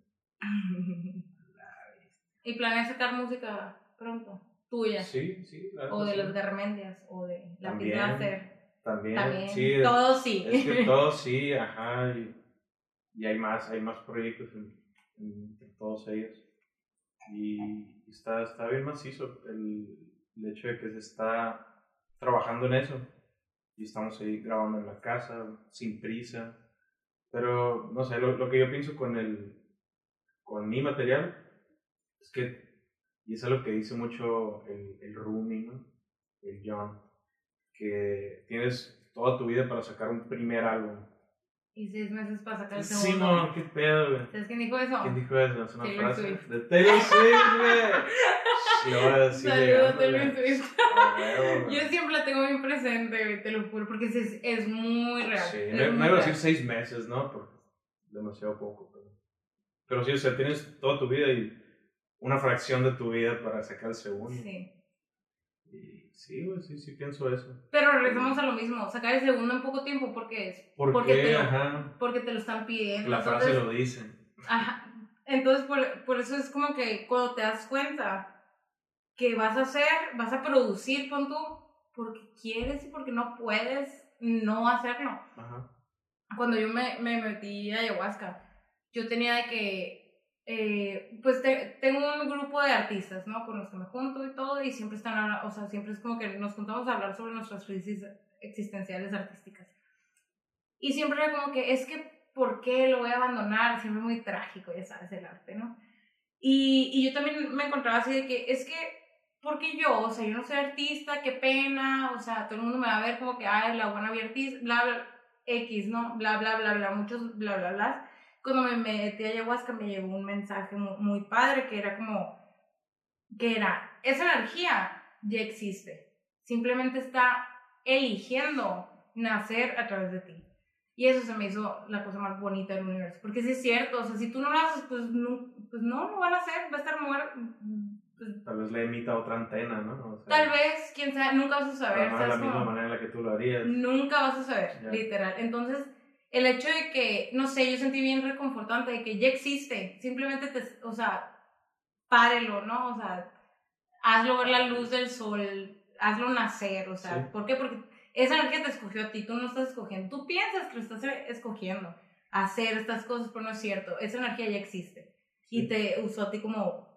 ¿Y planeas sacar música pronto? ¿Tuya? Sí, sí. la O de neta, las sí. Garmendias, o de Lápiz También. Láser. También, También. sí. Todo sí. Es que todo sí, ajá. Y, y hay más, hay más proyectos en, en- en todos ellos. Y está, está bien macizo el, el hecho de que se está trabajando en eso. Y estamos ahí grabando en la casa, sin prisa. Pero, no sé, lo, lo que yo pienso con, el, con mi material es que, y es algo que dice mucho el, el Rumi, ¿no? El John, que tienes toda tu vida para sacar un primer álbum. Y seis meses para sacar el Sí, segundo. no, qué pedo, güey. ¿Sabes quién dijo eso? ¿Quién dijo eso? Es una Taylor frase Swift. de Taylor Swift, güey. Y ahora sí Saludos, llegándole. Taylor Swift. A huevo, güey. Yo siempre la tengo bien presente, güey, te lo juro, porque es, es muy real. Sí, es no, muy no iba a real. decir seis meses, ¿no? Porque es demasiado poco. Pero, pero sí, o sea, tienes toda tu vida y una fracción de tu vida para sacar el segundo. Sí. Y sí, güey, sí, sí pienso eso. Pero regresamos a lo mismo, sacar el segundo en poco tiempo, porque es. ¿Por porque qué? Te lo, Ajá. porque te lo están pidiendo. La frase entonces, lo dice. Ajá. Entonces, por, por eso es como que cuando te das cuenta que vas a hacer, vas a producir con tú, porque quieres y porque no puedes no hacerlo. Ajá. Cuando yo me, me metí a ayahuasca, yo tenía de que, eh, pues te, tengo un grupo de artistas, ¿no? Con los que me junto y todo, y siempre están, habla- o sea, siempre es como que nos juntamos a hablar sobre nuestras crisis existenciales artísticas. Y siempre era como que, es que, ¿por qué lo voy a abandonar? Siempre muy trágico, ya sabes, el arte, ¿no? Y, y yo también me encontraba así de que, es que, ¿por qué yo? O sea, yo no soy artista, qué pena, o sea, todo el mundo me va a ver como que, ay, la buena artista, bla, bla, X, ¿no? Bla, bla, bla, bla, muchos bla, bla, bla. Cuando me metí a ayahuasca me llegó un mensaje muy, muy padre que era como, que era, esa energía ya existe, simplemente está eligiendo nacer a través de ti. Y eso se me hizo la cosa más bonita del universo, porque sí es cierto, o sea, si tú no lo haces, pues no, pues no, no van a hacer, va a estar muerto. Pues, Tal vez le emita otra antena, ¿no? O sea, tal vez, quién sabe, nunca vas a saber. pero no de la ¿sabes misma cómo? manera en la que tú lo harías. Nunca vas a saber, Ya. literal. Entonces, el hecho de que, no sé, yo sentí bien reconfortante de que ya existe, simplemente te, o sea, párelo, ¿no? O sea, hazlo ver la luz del sol, hazlo nacer, o sea, Sí. ¿por qué? Porque esa energía te escogió a ti, tú no estás escogiendo, tú piensas que lo estás escogiendo, hacer estas cosas, pero no es cierto, esa energía ya existe y Sí. te usó a ti como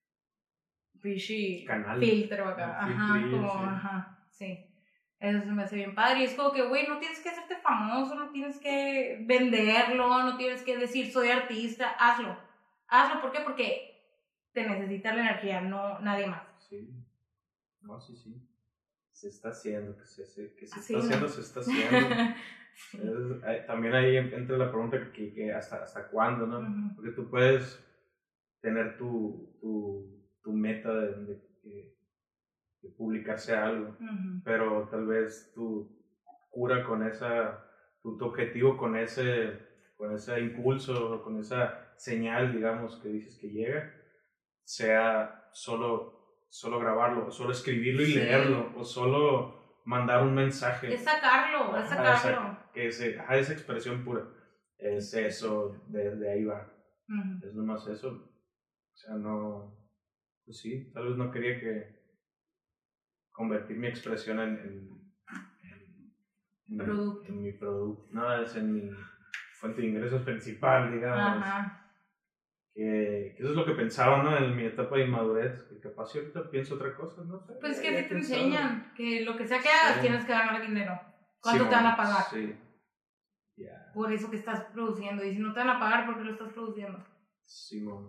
fishy Canal. filtro acá, Un ajá, filtrillo, como, sí. ajá, sí. Eso se me hace bien padre. Y es como que, güey, no tienes que hacerte famoso, no tienes que venderlo, no tienes que decir soy artista. Hazlo. Hazlo, ¿por qué? Porque te necesita la energía, no nadie más. Sí. No, sí, sí. Se está haciendo, que se, se- que se Sí, está haciendo, ¿no? se está haciendo. Sí. Es- hay- también ahí entra la pregunta que, que hasta, hasta cuándo, ¿no? Ujú. Porque tú puedes tener tu, tu, tu meta de, de, de- de publicarse algo, Ujú. pero tal vez tu cura con esa, tu, tu objetivo con ese, con ese impulso, con esa señal, digamos, que dices que llega, sea solo, solo grabarlo, o solo escribirlo y Sí. leerlo, o solo mandar un mensaje. Es sacarlo, es Ajá, sacarlo. esa- que ese, ajá, esa expresión pura. Es eso, de, de ahí va. Ujú. Es nomás eso. O sea, no. Pues sí, tal vez no quería que. Convertir mi expresión en. en, en- en- Producto. en mi producto. No, es en mi fuente de ingresos principal, digamos. Ajá. que, que eso es lo que pensaba, ¿no? En mi etapa de inmadurez, que capaz si ahorita pienso otra cosa, no sé. Pues ya- que ya a ti te pensaba. enseñan que lo que sea que hagas Sí. tienes que ganar dinero. ¿Cuánto Sí, te van a mamá, pagar? Sí. Ya. Por eso que estás produciendo. Y si no te van a pagar, ¿por qué lo estás produciendo? Sí, mamá.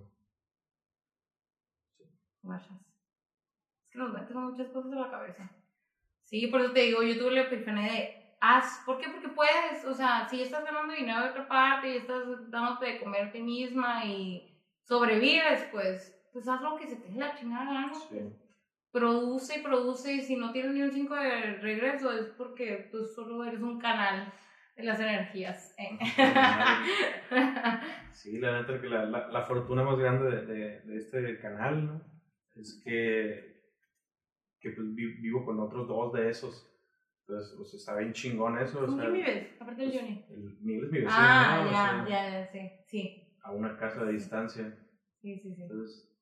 Guachas. Es que nos meten muchas cosas en la cabeza. Sí, por eso te digo, yo tuve la epifanía de haz. ¿Por qué? Porque puedes. O sea, si ya estás ganando dinero de otra parte y estás dándote de comer a ti misma y sobrevives, pues, pues haz lo que se te dé la chingada gana. Sí. Pues. Produce y produce, y si no tienes ni un cinco de regreso es porque tú solo eres un canal de las energías. ¿eh? Sí, la neta que la, la, la fortuna más grande de, de, de este canal, ¿no? Es que, que pues, vi, vivo con otros dos de esos. Entonces, pues está bien chingón eso. ¿Con o sea, quién vives? Aparte del pues, Johnny. El Miguel es mi vecino, Ah, ¿no? O ya, sea, ya, ya, sí, sí. a una casa de distancia. Sí, sí, sí. Entonces,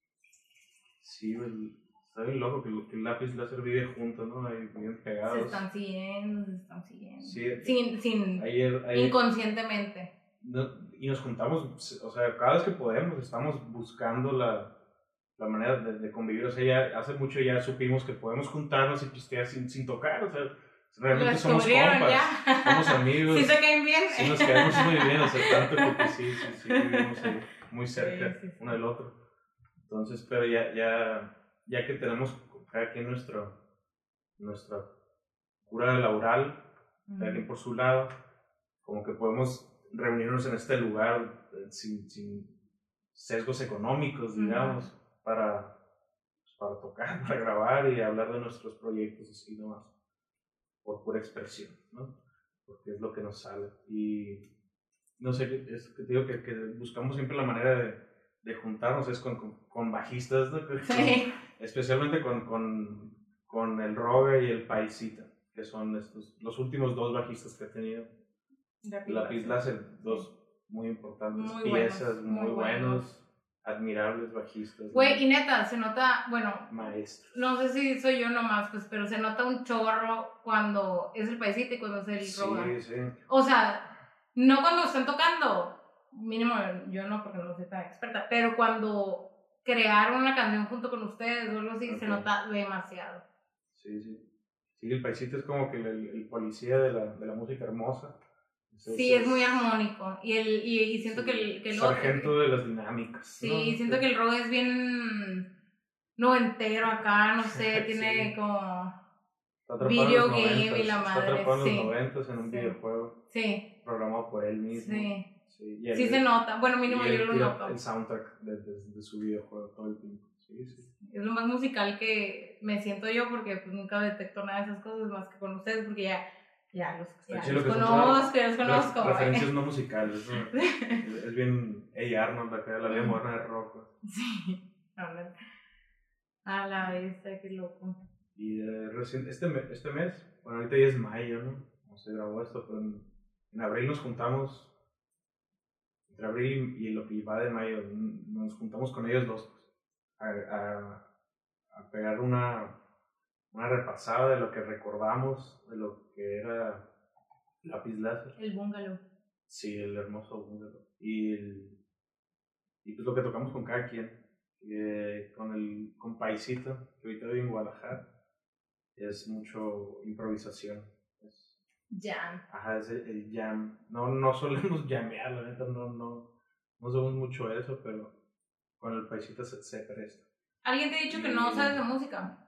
sí, el, está bien loco que el, que el lápiz láser vive junto, ¿no? Ahí bien pegados. Se están siguiendo, se están siguiendo. Sí, sin, sin, ayer, ayer, inconscientemente. No, y nos juntamos, o sea, cada vez que podemos estamos buscando la, la manera de, de convivir. O sea, ya hace mucho ya supimos que podemos juntarnos y pistear sin, sin tocar. O sea, realmente Lo somos descubrieron compas, ya. somos amigos. Sí se caen bien. Sí nos quedamos muy bien, o sea, tanto que pues, sí, sí, sí, vivimos ahí muy cerca Sí, sí, sí. uno del otro. Entonces, pero ya, ya, ya que tenemos cada quien nuestro, nuestra cura laboral, cada quien por su lado, como que podemos reunirnos en este lugar eh, sin, sin sesgos económicos, digamos, uh-huh. para, pues, para tocar, para grabar y hablar de nuestros proyectos así nomás, por pura expresión, ¿no? Porque es lo que nos sale. Y no sé, es que te digo que, que buscamos siempre la manera de, de juntarnos, es con, con, con bajistas, ¿no? Sí. Con, especialmente con, con, con el Roga y el Paisita, que son estos, los últimos dos bajistas que he tenido. Lápiz láser, dos muy importantes muy piezas, buenos, muy, muy buenos, buenos, admirables bajistas. Güey, y neta, se nota, bueno, maestros. No sé si soy yo nomás, pues, pero se nota un chorro cuando es el Paisita y cuando es el Sí, Roga. sí. O sea, no cuando están tocando, mínimo yo no, porque no soy tan experta, pero cuando crearon una canción junto con ustedes o algo así, okay. Se nota demasiado. Sí, sí. Sí, el Paisita es como que el, el policía de la, de la música hermosa. Entonces, sí, es muy armónico. Y, el, y, y siento sí, que el, que el sargento otro, de las dinámicas. Sí, ¿no? siento que el Roga es bien noventero acá, no sé, tiene sí. como video game y la madre. Está atrapado en sí. los noventas en un sí. videojuego. Sí. Programado por él mismo. Sí. Sí, sí se nota. Bueno, mínimo yo lo noto. El soundtrack de, de, de su videojuego todo el tiempo. Sí, sí. Es lo más musical que me siento yo porque pues nunca detecto nada de esas cosas más que con ustedes porque ya, ya los, ya los conozco, ya los conozco. Referencias no musicales, ¿no? es, es bien Hey Arnold acá, la vida moderna de rock. Sí, a a la vez, qué loco. Y eh, recién, este, me, este mes, bueno ahorita ya es mayo, ¿no? No se grabó esto, pero en, en abril nos juntamos, entre abril y lo que va de mayo, nos juntamos con ellos dos a, a, a pegar una, una repasada de lo que recordamos, de lo que era Lápiz Láser. El bungalow. Sí, el hermoso bungalow. Y, el, y pues lo que tocamos con cada quien. Eh, con el con Paisita, que ahorita vive en Guadalajara, es mucho improvisación. Es, jam. Ajá, es el, el jam. No, no solemos llamear, la neta, no, no, no somos mucho eso, pero con el Paisita se, se presta. ¿Alguien te ha dicho y, que no sabes de música?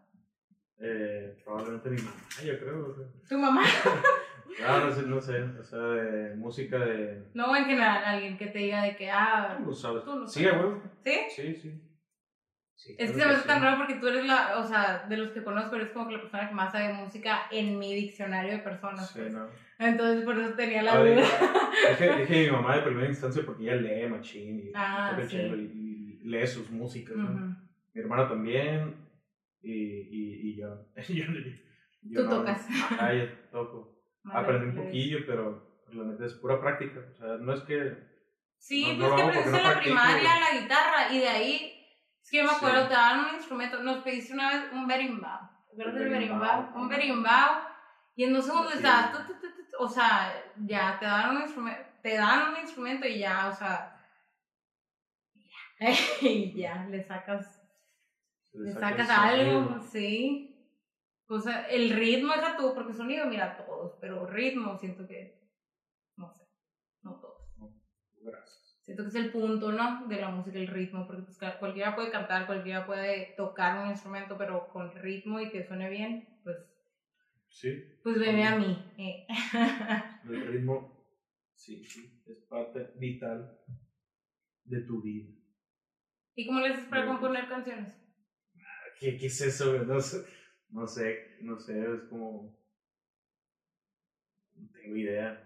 Eh, probablemente mi mamá, yo creo. O sea. ¿Tu mamá? No, no sé, no sé, o sea, de música de... No, en general, alguien que te diga de que, ah... Tú lo sabes. Tú lo sí, sabes. güey. ¿Sí? Sí, sí. Sí, es que claro se me hace sí. tan raro porque tú eres la, o sea, de los que conozco, eres como que la persona que más sabe música en mi diccionario de personas. Sí, pues. no. Entonces por eso tenía la A duda. Dije, dije mi mamá de primera instancia porque ella lee machín y, ah, toca sí. chelo y, y lee sus músicas, ¿no? Uh-huh. Mi hermana también y, y, y yo. yo, yo Tú no, tocas. Ajá, yo toco. Madre Aprendí un Dios. poquillo, pero la neta es pura práctica. O sea, no es que... Sí, no, pues no que hago aprendiste porque en no la practico, primaria güey. la guitarra y de ahí, es que yo me acuerdo, Sí. te daban un instrumento, nos pediste una vez un berimbau, ¿te acuerdas del berimbau, berimbau? Un ajá. berimbau, y en dos segundos Sí. estabas, tu, tu, tu, tu, o sea, ya te dan un instrumento, te dan un instrumento y ya, o sea, Y ya, le sacas, Le le sacas sacas sonido. algo, sí. O sea, el ritmo deja tú, porque sonido, mira, todos, pero ritmo siento que, no sé, no todos. Gracias. Siento que es el punto, ¿no? De la música, el ritmo, porque pues, ca- cualquiera puede cantar, cualquiera puede tocar un instrumento, pero con ritmo y que suene bien, pues, Sí. pues veme a mí. eh. El ritmo, sí, sí, es parte vital de tu vida. ¿Y cómo le haces para Bueno, componer canciones? ¿Qué, qué es eso, güey? No sé, no sé, no sé, es como... No tengo idea.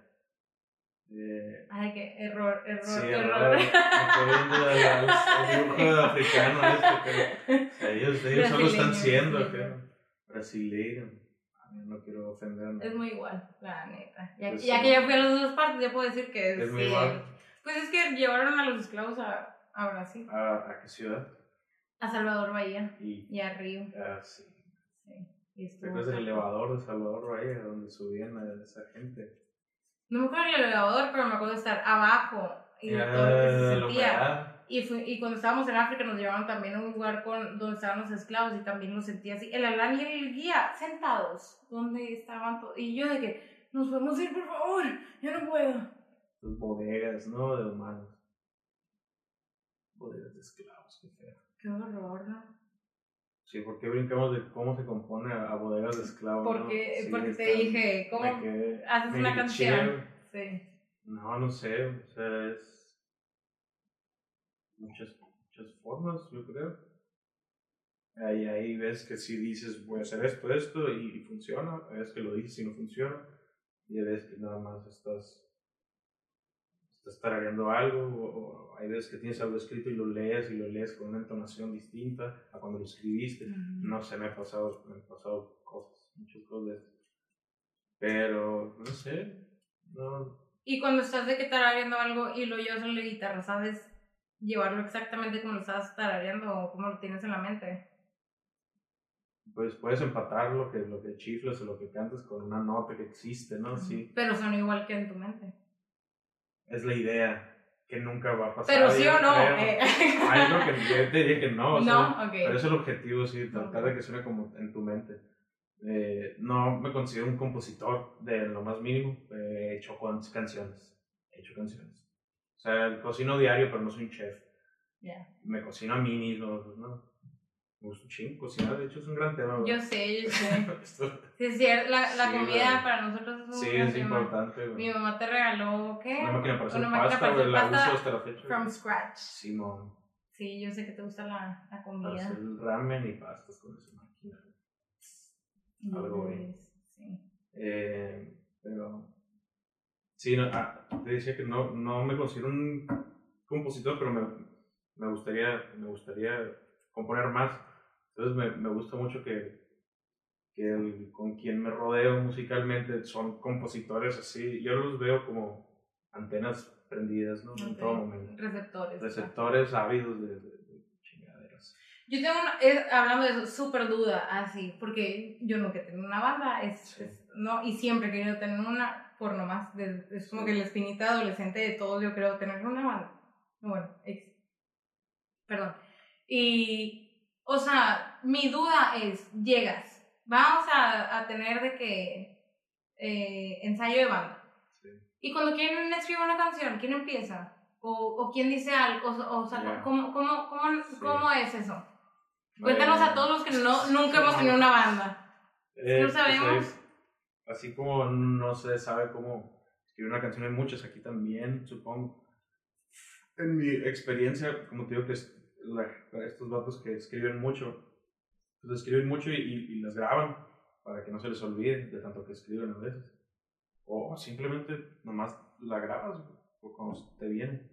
Eh, Ay, que error, error, sí, error. error. Me estoy viendo al, al, al dibujo africano este, que, o sea, ellos, ellos solo están Brasileño, siendo, brasileño. que brasileiro. A mí no quiero ofender a nadie. Es muy igual, la neta. Ya, Pues ya sí. que ya fui a las dos partes, ya puedo decir que es, Es muy sí, igual. Pues es que llevaron a los esclavos a, a Brasil, ¿A, a qué ciudad? a Salvador Bahía Y, y a Río. ah, sí. Sí, y ¿Te estuvo acuerdas del acá. elevador de Salvador Bahía, donde subían a esa gente? No me acuerdo del elevador, pero me acuerdo de estar abajo y de todo lo que se Ah, la sentía. humedad. Y, fui, y cuando estábamos en África nos llevaron también a un lugar con, donde estaban los esclavos y también lo sentía así. El Alan y el guía sentados, donde estaban todos. Y yo de que, nos podemos ir, por favor, ya no puedo. Tus bodegas, ¿no? De humanos. Bodegas de esclavos, qué feo. Qué horror, ¿no? Sí, ¿por qué brincamos de cómo se compone a, a bodegas de esclavos? Porque, ¿no? Sí, porque te está- dije, ¿cómo me quedé- haces me una glitché. canción? Sí. No, no sé, o sea, es muchas, muchas formas, yo creo. Ahí, ahí ves que si dices, voy a hacer esto, esto, y, y funciona, ves que lo dices y no funciona, y ves que nada más estás, estás tarareando algo, o, o hay veces que tienes algo escrito y lo lees, y lo lees con una entonación distinta a cuando lo escribiste. Ujú. No sé, me han pasado, me han pasado cosas, muchas cosas de estas. Pero, no sé, no, Y cuando estás de que tarareando algo y lo llevas a la guitarra, ¿sabes llevarlo exactamente como lo estás tarareando o cómo lo tienes en la mente? pues puedes empatar lo que, lo que chiflas o lo que cantas con una nota que existe, ¿no? Sí, Pero son igual que en tu mente. es la idea que nunca va a pasar. Pero sí yo o no. creo. Eh. Ay, no, que yo te diría que no, o sea, No, ok. pero es el objetivo, sí, tratar Ok. de que suene como en tu mente. Eh, no me considero un compositor de lo más mínimo, eh, he hecho con- canciones, he hecho canciones. O sea, cocino diario, pero no soy un chef. Ya. Me cocino a mí mismo, pues, ¿no? Me gusta un chingo cocinar, de hecho es un gran tema. Yo sé, yo sé. Esto- Sí, es cierto, la, la Sí, comida güey. para nosotros es un Sí, gran es tema. importante, güey. Mi mamá te regaló, ¿qué? Una máquina para hacer Una máquina pasta, para güey, hacer la pasta uso hasta la fecha. from güey. scratch. Simón, Sí, yo sé que te gusta la, la para comida. hacer ramen y pastas con esa máquina. Algo, güey. Sí. Eh, pero, sí, no, ah, te decía que no, no me considero un compositor, pero me, me, gustaría, me gustaría componer más. Entonces me, me gusta mucho que, que el, con quien me rodeo musicalmente son compositores así. Yo los veo como antenas prendidas, ¿no? En Ok. todo momento. Receptores. Receptores ávidos de, de, de chingaderas. Yo tengo una, es, hablando de eso, súper duda, así, porque yo nunca he tenido una banda, es, Sí. es- no, y siempre he querido tener una, por nomás, de, es como Sí. que la espinita adolescente de todos, yo creo tener una banda. Bueno, ex, perdón. Y, o sea, mi duda es, llegas, vamos a, a tener de que eh, ensayo de banda. Sí. Y cuando quieren escribir una canción, ¿quién empieza? O, o quién dice algo, o, o sea, Yeah. ¿cómo, cómo, cómo, Sí. cómo es eso? Cuéntanos Eh, a todos los que no, nunca hemos tenido una banda. Eh, No sabemos. pues, eh, así como no se sabe cómo escribir una canción, hay muchas aquí también, supongo. En mi experiencia, como te digo, que es la, estos vatos que escriben mucho, pues escriben mucho y, y, y las graban para que no se les olvide de tanto que escriben a veces. O simplemente nomás la grabas o cuando te viene.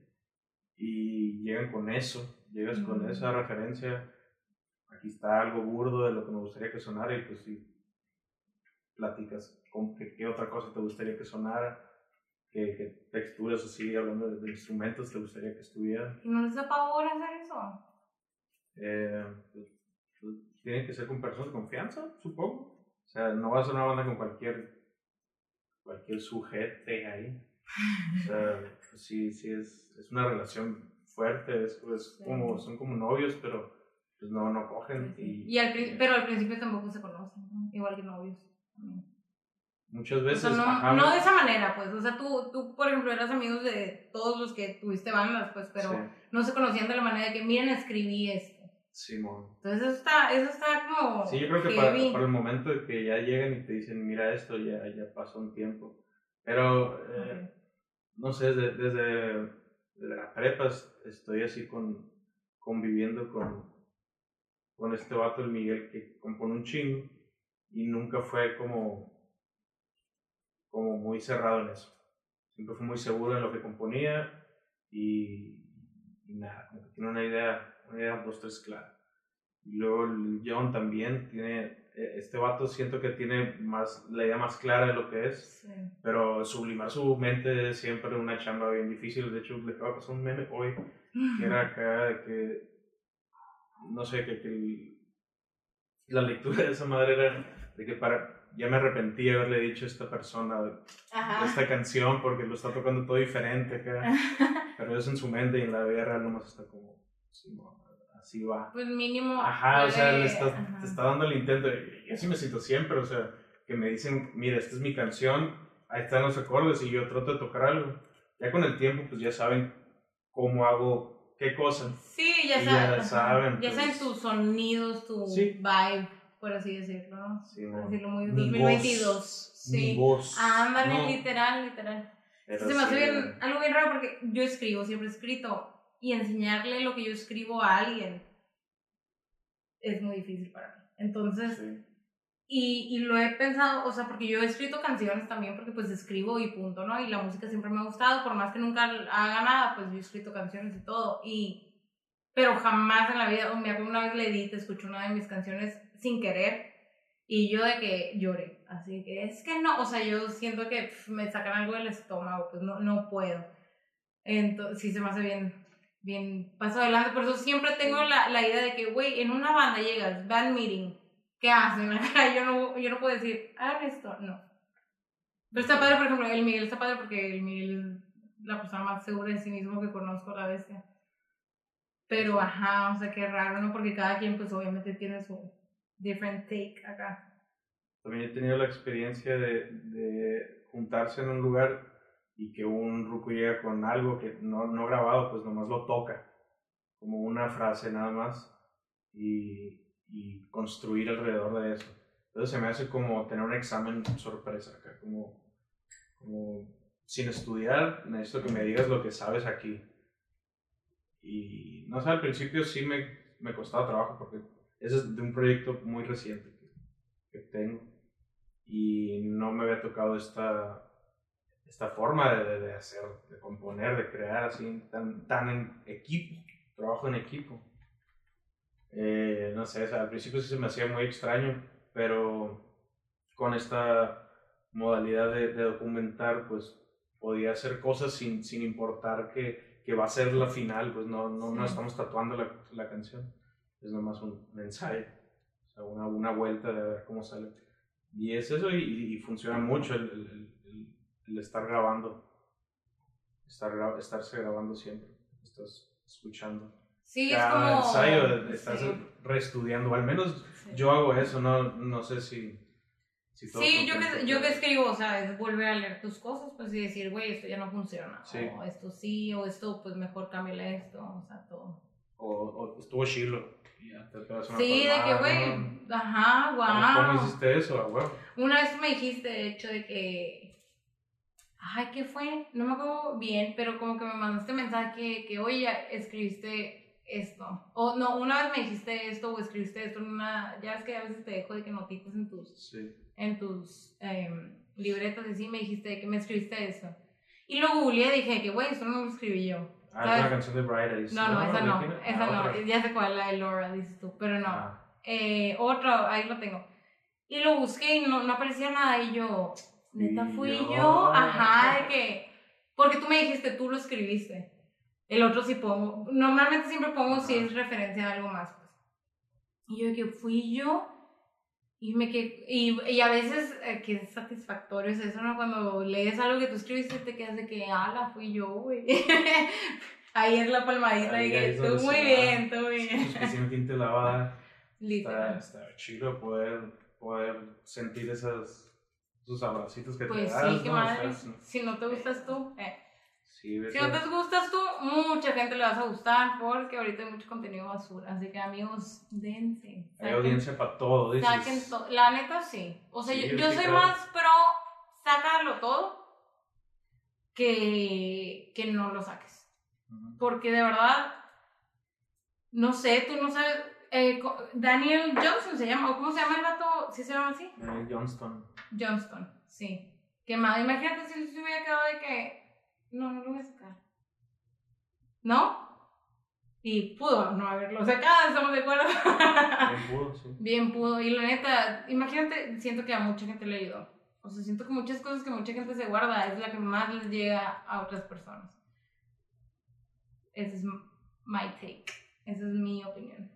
Y llegan con eso, llegas mm. con esa referencia. Aquí está algo burdo de lo que me gustaría que sonara y pues sí, platicas con qué, qué otra cosa te gustaría que sonara, qué, qué texturas así, hablando de, de instrumentos te gustaría que estuvieran. ¿Y no les da pavor hacer eso? Eh, pues, pues, tiene que ser con personas de confianza, supongo. O sea, no vas a una banda con cualquier, cualquier sujete ahí. O sea, pues sí, sí es, es una relación fuerte, es, es Sí. como, son como novios, pero pues no, no cogen. Sí, sí. Y, Y al, pri- pero al principio tampoco se conocen, ¿no? Igual que novios. también. muchas O veces, sea, no, ajá, no de esa manera, pues. O sea, tú, tú, por ejemplo, eras amigos de todos los que tuviste bandas, pues, pero sí, no se conocían de la manera de que, miren, escribí esto. Simón. Entonces, eso está, eso está como. Sí, yo creo que para, heavy. para el momento de que ya llegan y te dicen, mira esto, ya, ya pasó un tiempo. Pero, eh, Ok. no sé, desde, desde, desde la prepa estoy así con, conviviendo con, con este vato, el Miguel, que compone un chingo y nunca fue como, como muy cerrado en eso. Siempre fue muy seguro en lo que componía y, y nada, como que tiene una idea, una idea dos, tres clara. Y luego el John también tiene, este vato siento que tiene más, la idea más clara de lo que es, Sí. pero sublimar su mente es siempre una chamba bien difícil. De hecho, le acaba de pasar un meme hoy que era acá de que, no sé, que, que el- la lectura de esa madre era de que para, ya me arrepentí de haberle dicho a esta persona de Ajá. esta canción porque lo está tocando todo diferente acá, pero es en su mente y en la vida real nomás está como, sí, no, así va. Pues mínimo. Ajá, o sea, puede- le está, ajá. te está dando el intento. Y así me siento siempre, o sea, que me dicen, mira, esta es mi canción, ahí están los acordes y yo trato de tocar algo. Ya con el tiempo, pues ya saben cómo hago qué cosa. Sí, ya, Y saben, ya ajá. saben, Ya pues. saben tus sonidos, tu Sí. vibe, por así decirlo, ¿no? Sí, por no. decirlo muy Mi dos mil veintidós. voz, Sí. mi voz. Ándale, No, literal, literal. pero Se me hace sí, bien, algo bien raro porque yo escribo, siempre he escrito. Y enseñarle lo que yo escribo a alguien es muy difícil para mí. Entonces, sí. y, y lo he pensado, o sea, porque yo he escrito canciones también, porque pues escribo y punto, ¿no? Y la música siempre me ha gustado, por más que nunca haga nada, pues yo he escrito canciones y todo. Y, pero jamás en la vida, o me acuerdo una vez le di, te escuché una de mis canciones sin querer, y yo de que lloré. Así que es que no, o sea, yo siento que pf, me sacan algo del estómago, pues no, no puedo. Entonces, sí se me hace bien, bien paso adelante. Por eso siempre tengo la, la idea de que, güey, en una banda llegas, band meeting, ¿qué hacen acá? Yo no, yo no puedo decir, hagan esto, no. Pero está padre, por ejemplo, el Miguel está padre porque el Miguel es la persona más segura de sí mismo que conozco, la bestia. Pero, ajá, o sea, qué raro, ¿no? Porque cada quien, pues, obviamente tiene su different take acá. También he tenido la experiencia de, de juntarse en un lugar y que un ruco llega con algo que no, no grabado, pues nomás lo toca, como una frase nada más, y, y construir alrededor de eso. Entonces se me hace como tener un examen sorpresa acá, como, como sin estudiar, necesito que me digas lo que sabes aquí. Y no sé, al principio sí me, me costaba trabajo porque ese es de un proyecto muy reciente que, que tengo y no me había tocado esta, esta forma de, de hacer, de componer, de crear así, tan, tan en equipo, trabajo en equipo. Eh, no sé, o sea, al principio sí se me hacía muy extraño, pero con esta modalidad de, de documentar, pues podía hacer cosas sin, sin importar que, que va a ser la final, pues no, no, Sí. no estamos tatuando la, la canción, es nomás un, un ensayo, o sea, una, una vuelta de ver cómo sale. Y es eso, y, y funciona mucho el, el, el, el estar grabando, estar, gra- estarse grabando siempre, estás escuchando. Sí, Cada es como... ensayo estás sí. reestudiando, o al menos Sí. yo hago eso, no, no sé si... si todos Sí, yo conocen que, esto, yo que pero- escribo, o sea, es volver a leer tus cosas, pues y decir, güey, esto ya no funciona, Sí. o esto sí, o esto, pues mejor cámbiale esto, o sea, todo. O, o estuvo chilo. y ya te pegas una Sí, de que, palmada, güey, ¿no? ajá, ¿Cómo, guau. ¿Cómo hiciste eso, a huevo? Una vez me dijiste, de hecho, de que, ay, ¿qué fue? No me acuerdo bien, pero como que me mandaste mensaje que, que oye, escribiste esto. O no, una vez me dijiste esto o escribiste esto en una, ya ves que a veces te dejo de que notitas en tus, Sí. en tus eh, libretas y así, me dijiste de que me escribiste esto. Y lo googleé y dije que, güey, eso no lo escribí yo. Ah, es ¿sabes? una canción de Bright Eyes. No, no, esa ¿de no, quién? esa Ah, no, otra. ya sé cuál, la de Laura, dices tú, pero no. Ah, Eh, otro, ahí lo tengo. Y lo busqué y no, no aparecía nada y yo, neta Fui fui yo. yo, ajá, de que, porque tú me dijiste, tú lo escribiste. El otro sí pongo, normalmente siempre pongo Ajá. si es referencia a algo más, pues. Y yo de que fui yo. Y, me que, y, y a veces, eh, qué satisfactorio es eso, ¿no? Cuando lees algo que tú escribiste, te quedas de que, ala, fui yo, güey. Ahí es la palmadita Ahí y que es tú donde muy se bien, tú muy Sí, bien. pues que si no, ¿quién te la va a dar? Está, Literal. está chido poder, poder sentir esas, esos abracitos que Pues te das, sí, qué ¿no? madre. Estás, ¿no? Si no te gustas tú, eh. Sí, ves Si no a- te gustas tú, mucha gente le vas a gustar porque ahorita hay mucho contenido basura. Así que amigos, dense. hay saquen- audiencia para todo, dices. Saquen todo. La neta sí. O sea, Sí, yo, es yo que soy claro. más pro, sácalo todo que, que no lo saques. Ujú. Porque de verdad, no sé, tú no sabes. eh, co- Daniel Johnson se llama, o ¿cómo se llama el vato? ¿Sí se llama así? Eh, Johnston. Johnston, sí. Que más, imagínate si se hubiera quedado de que. No, no lo voy a sacar. ¿No? Y pudo no haberlo sacado, estamos de acuerdo. Bien pudo, sí. Bien pudo. Y la neta, imagínate, siento que a mucha gente le ayudó. O sea, siento que muchas cosas que mucha gente se guarda es la que más les llega a otras personas. Ese es my take. Esa es mi opinión.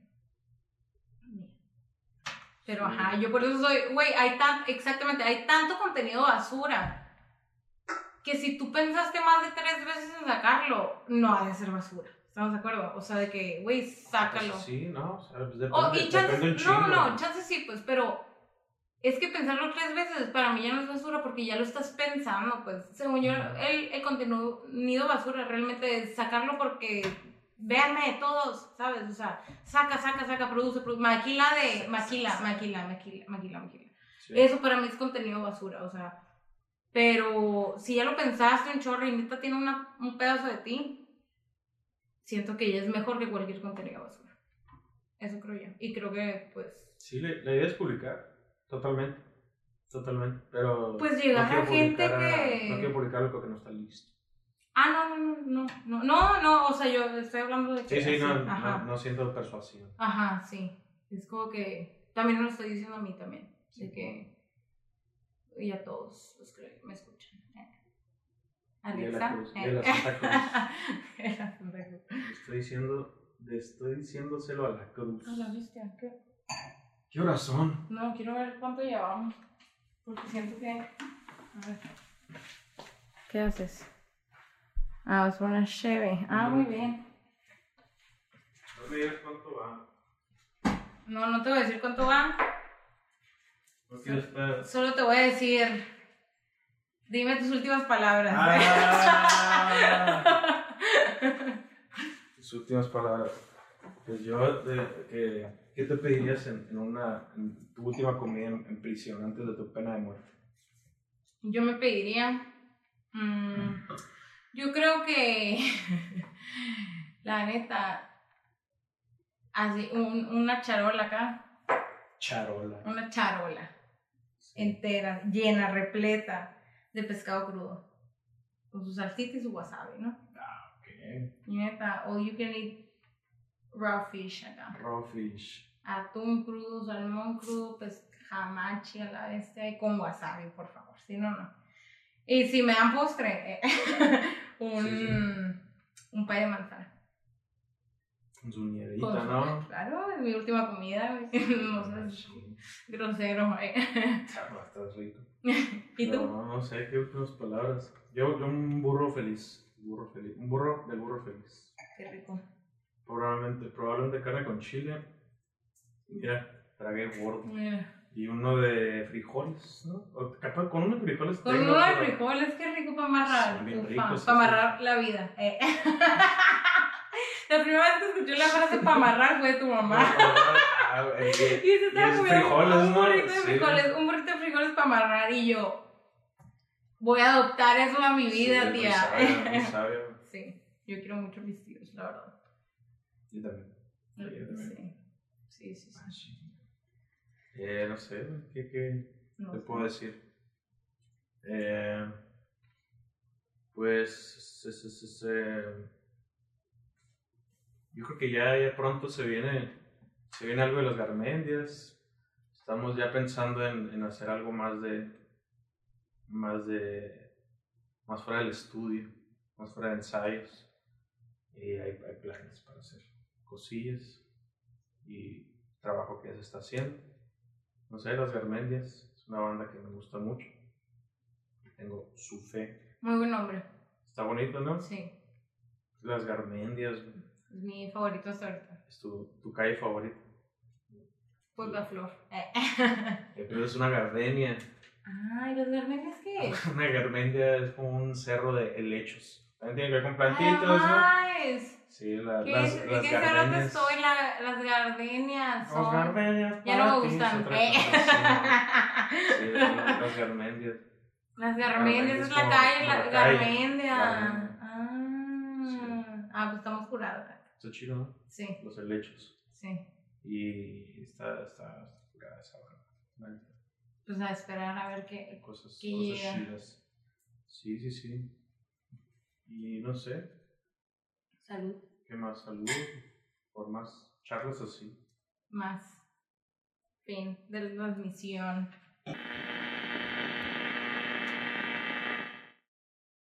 Pero Sí. ajá, yo por eso soy, güey, hay tan, exactamente, hay tanto contenido basura que si tú pensaste más de tres veces en sacarlo, no ha de ser basura. ¿Estamos de acuerdo? O sea, de que, güey, sácalo. Pues sí, no, o sea, pues depende, Oh, y chances, depende un chingo. no, no, chances sí, pues, pero es que pensarlo tres veces para mí ya no es basura porque ya lo estás pensando, pues. Según yo, el, el contenido basura realmente es sacarlo porque véanme todos, ¿sabes? O sea, saca, saca, saca, produce, produce, maquila de, maquila, maquila, maquila, maquila, maquila. Sí. Eso para mí es contenido basura, o sea, pero si ya lo pensaste un chorro y neta tiene una, un pedazo de ti, siento que ya es mejor que cualquier contenido basura. Eso creo yo. Y creo que, pues... Sí, la, la idea es publicar, totalmente, totalmente, pero Pues llegar quiero a gente publicar a- que- No quiero publicar algo que no está listo. Ah, no, no, no, no, no, no, o sea, yo estoy hablando de que... Sí, sí, así, no, ajá. no, no siento persuasión. Ajá, sí. Es como que... También me lo estoy diciendo a mí también. De que... Y a todos los que me escuchan. Eh. Y a la Alexa. cruz, y eh. a la Santa Cruz. Y a la Santa Cruz. Le estoy diciendo, le estoy diciéndoselo a la cruz. A la bestia, ¿qué? ¿Qué horas son? No, quiero ver cuánto llevamos. Porque siento que... A ver. ¿Qué haces? Ah, vas por una cheve. Ah, muy bien. No me digas cuánto va. No, no te voy a decir cuánto va. No quiero estar... Solo te voy a decir... Dime tus últimas palabras. Ah. Tus últimas palabras. Pues yo, de- que, ¿qué te pedirías en, en, una, en tu última comida en, en prisión antes de tu pena de muerte? Yo me pediría... mm, yo creo que... la neta... Así, un- una charola acá. Charola. Una charola. Entera, llena, repleta de pescado crudo. Con su salsita y su wasabi, ¿no? Ah, ok. Y neta, all you can eat raw fish acá. Raw fish. Atún crudo, salmón crudo, pues hamachi a la bestia y con wasabi, por favor. Si no, no. Y si me dan postre, eh, un, Sí, sí. un pay de manzana. Con su nievita, Con su- ¿no? Claro, es mi última comida. güey. No seas Sí. grosero, eh. Ah, estás rico. ¿Y tú? No, no sé, qué últimas palabras. Yo, yo un burro feliz. Burro feliz. Un burro del burro feliz. Qué rico. Probablemente, probablemente carne con chile. Mira, tragué gordo. Mira. Y uno de frijoles, ¿no? O capaz con uno de frijoles. Con tengo, uno de pero- frijoles, qué rico para amarrar. Son bien Ufa, ricos, para sí, amarrar la vida. eh. La primera vez que escuché la frase para amarrar fue de tu mamá. Ah, eh, eh, Y se estaba es comiendo frijoles, un ¿no? burrito de Sí. frijoles, un burrito de frijoles para amarrar y yo voy a adoptar eso a mi vida, sí, muy tía. sabio, muy sabio. Sí, yo quiero mucho mis tíos, la verdad. Yo también. Sí, yo también. Sí, sí, sí. Ah, sí. sí. Eh, no sé, ¿qué, qué No te sé. puedo decir? Eh, pues, se- se- se- se- yo creo que ya, ya pronto se viene, se viene algo de las Garmendias. Estamos ya pensando en, en hacer algo más de, más de, más fuera del estudio, más fuera de ensayos. Y hay, hay planes para hacer cosillas y trabajo que ya se está haciendo. No sé, las Garmendias es una banda que me gusta mucho. Tengo su fe. Muy buen nombre. Está bonito, ¿no? Sí. Las Garmendias, güey. Es mi favorito hasta ahorita. Es tu, tu calle favorita. Pues la flor. Eh, pero es una gardenia. Ay, ¿los garmendias qué es? Una garmendia es como un cerro de helechos. También tiene que ver con plantitas, Ay, ¿no? Sí, la, ¿Qué las, es? ¿De las qué cerro te gardenias. estoy? La, las gardenias. Las Son... gardenias. Ya no para me ti es gustan. otra Eh. cosa, sí. Sí, son las, las garmendias. Las garmendias es la como- calle, como la la calle. garmendia. Garmendia. Ah, Sí. ah, pues estamos curados. Está chido, ¿no? Sí, Los helechos. sí. Y está, está, está curada esa hora. Vale. Pues a esperar a ver qué. Cosas, Que cosas llega. chidas. Sí, sí, sí. Y no sé, Salud. ¿qué más? Salud. Por más charlas así. Más. Fin de la transmisión.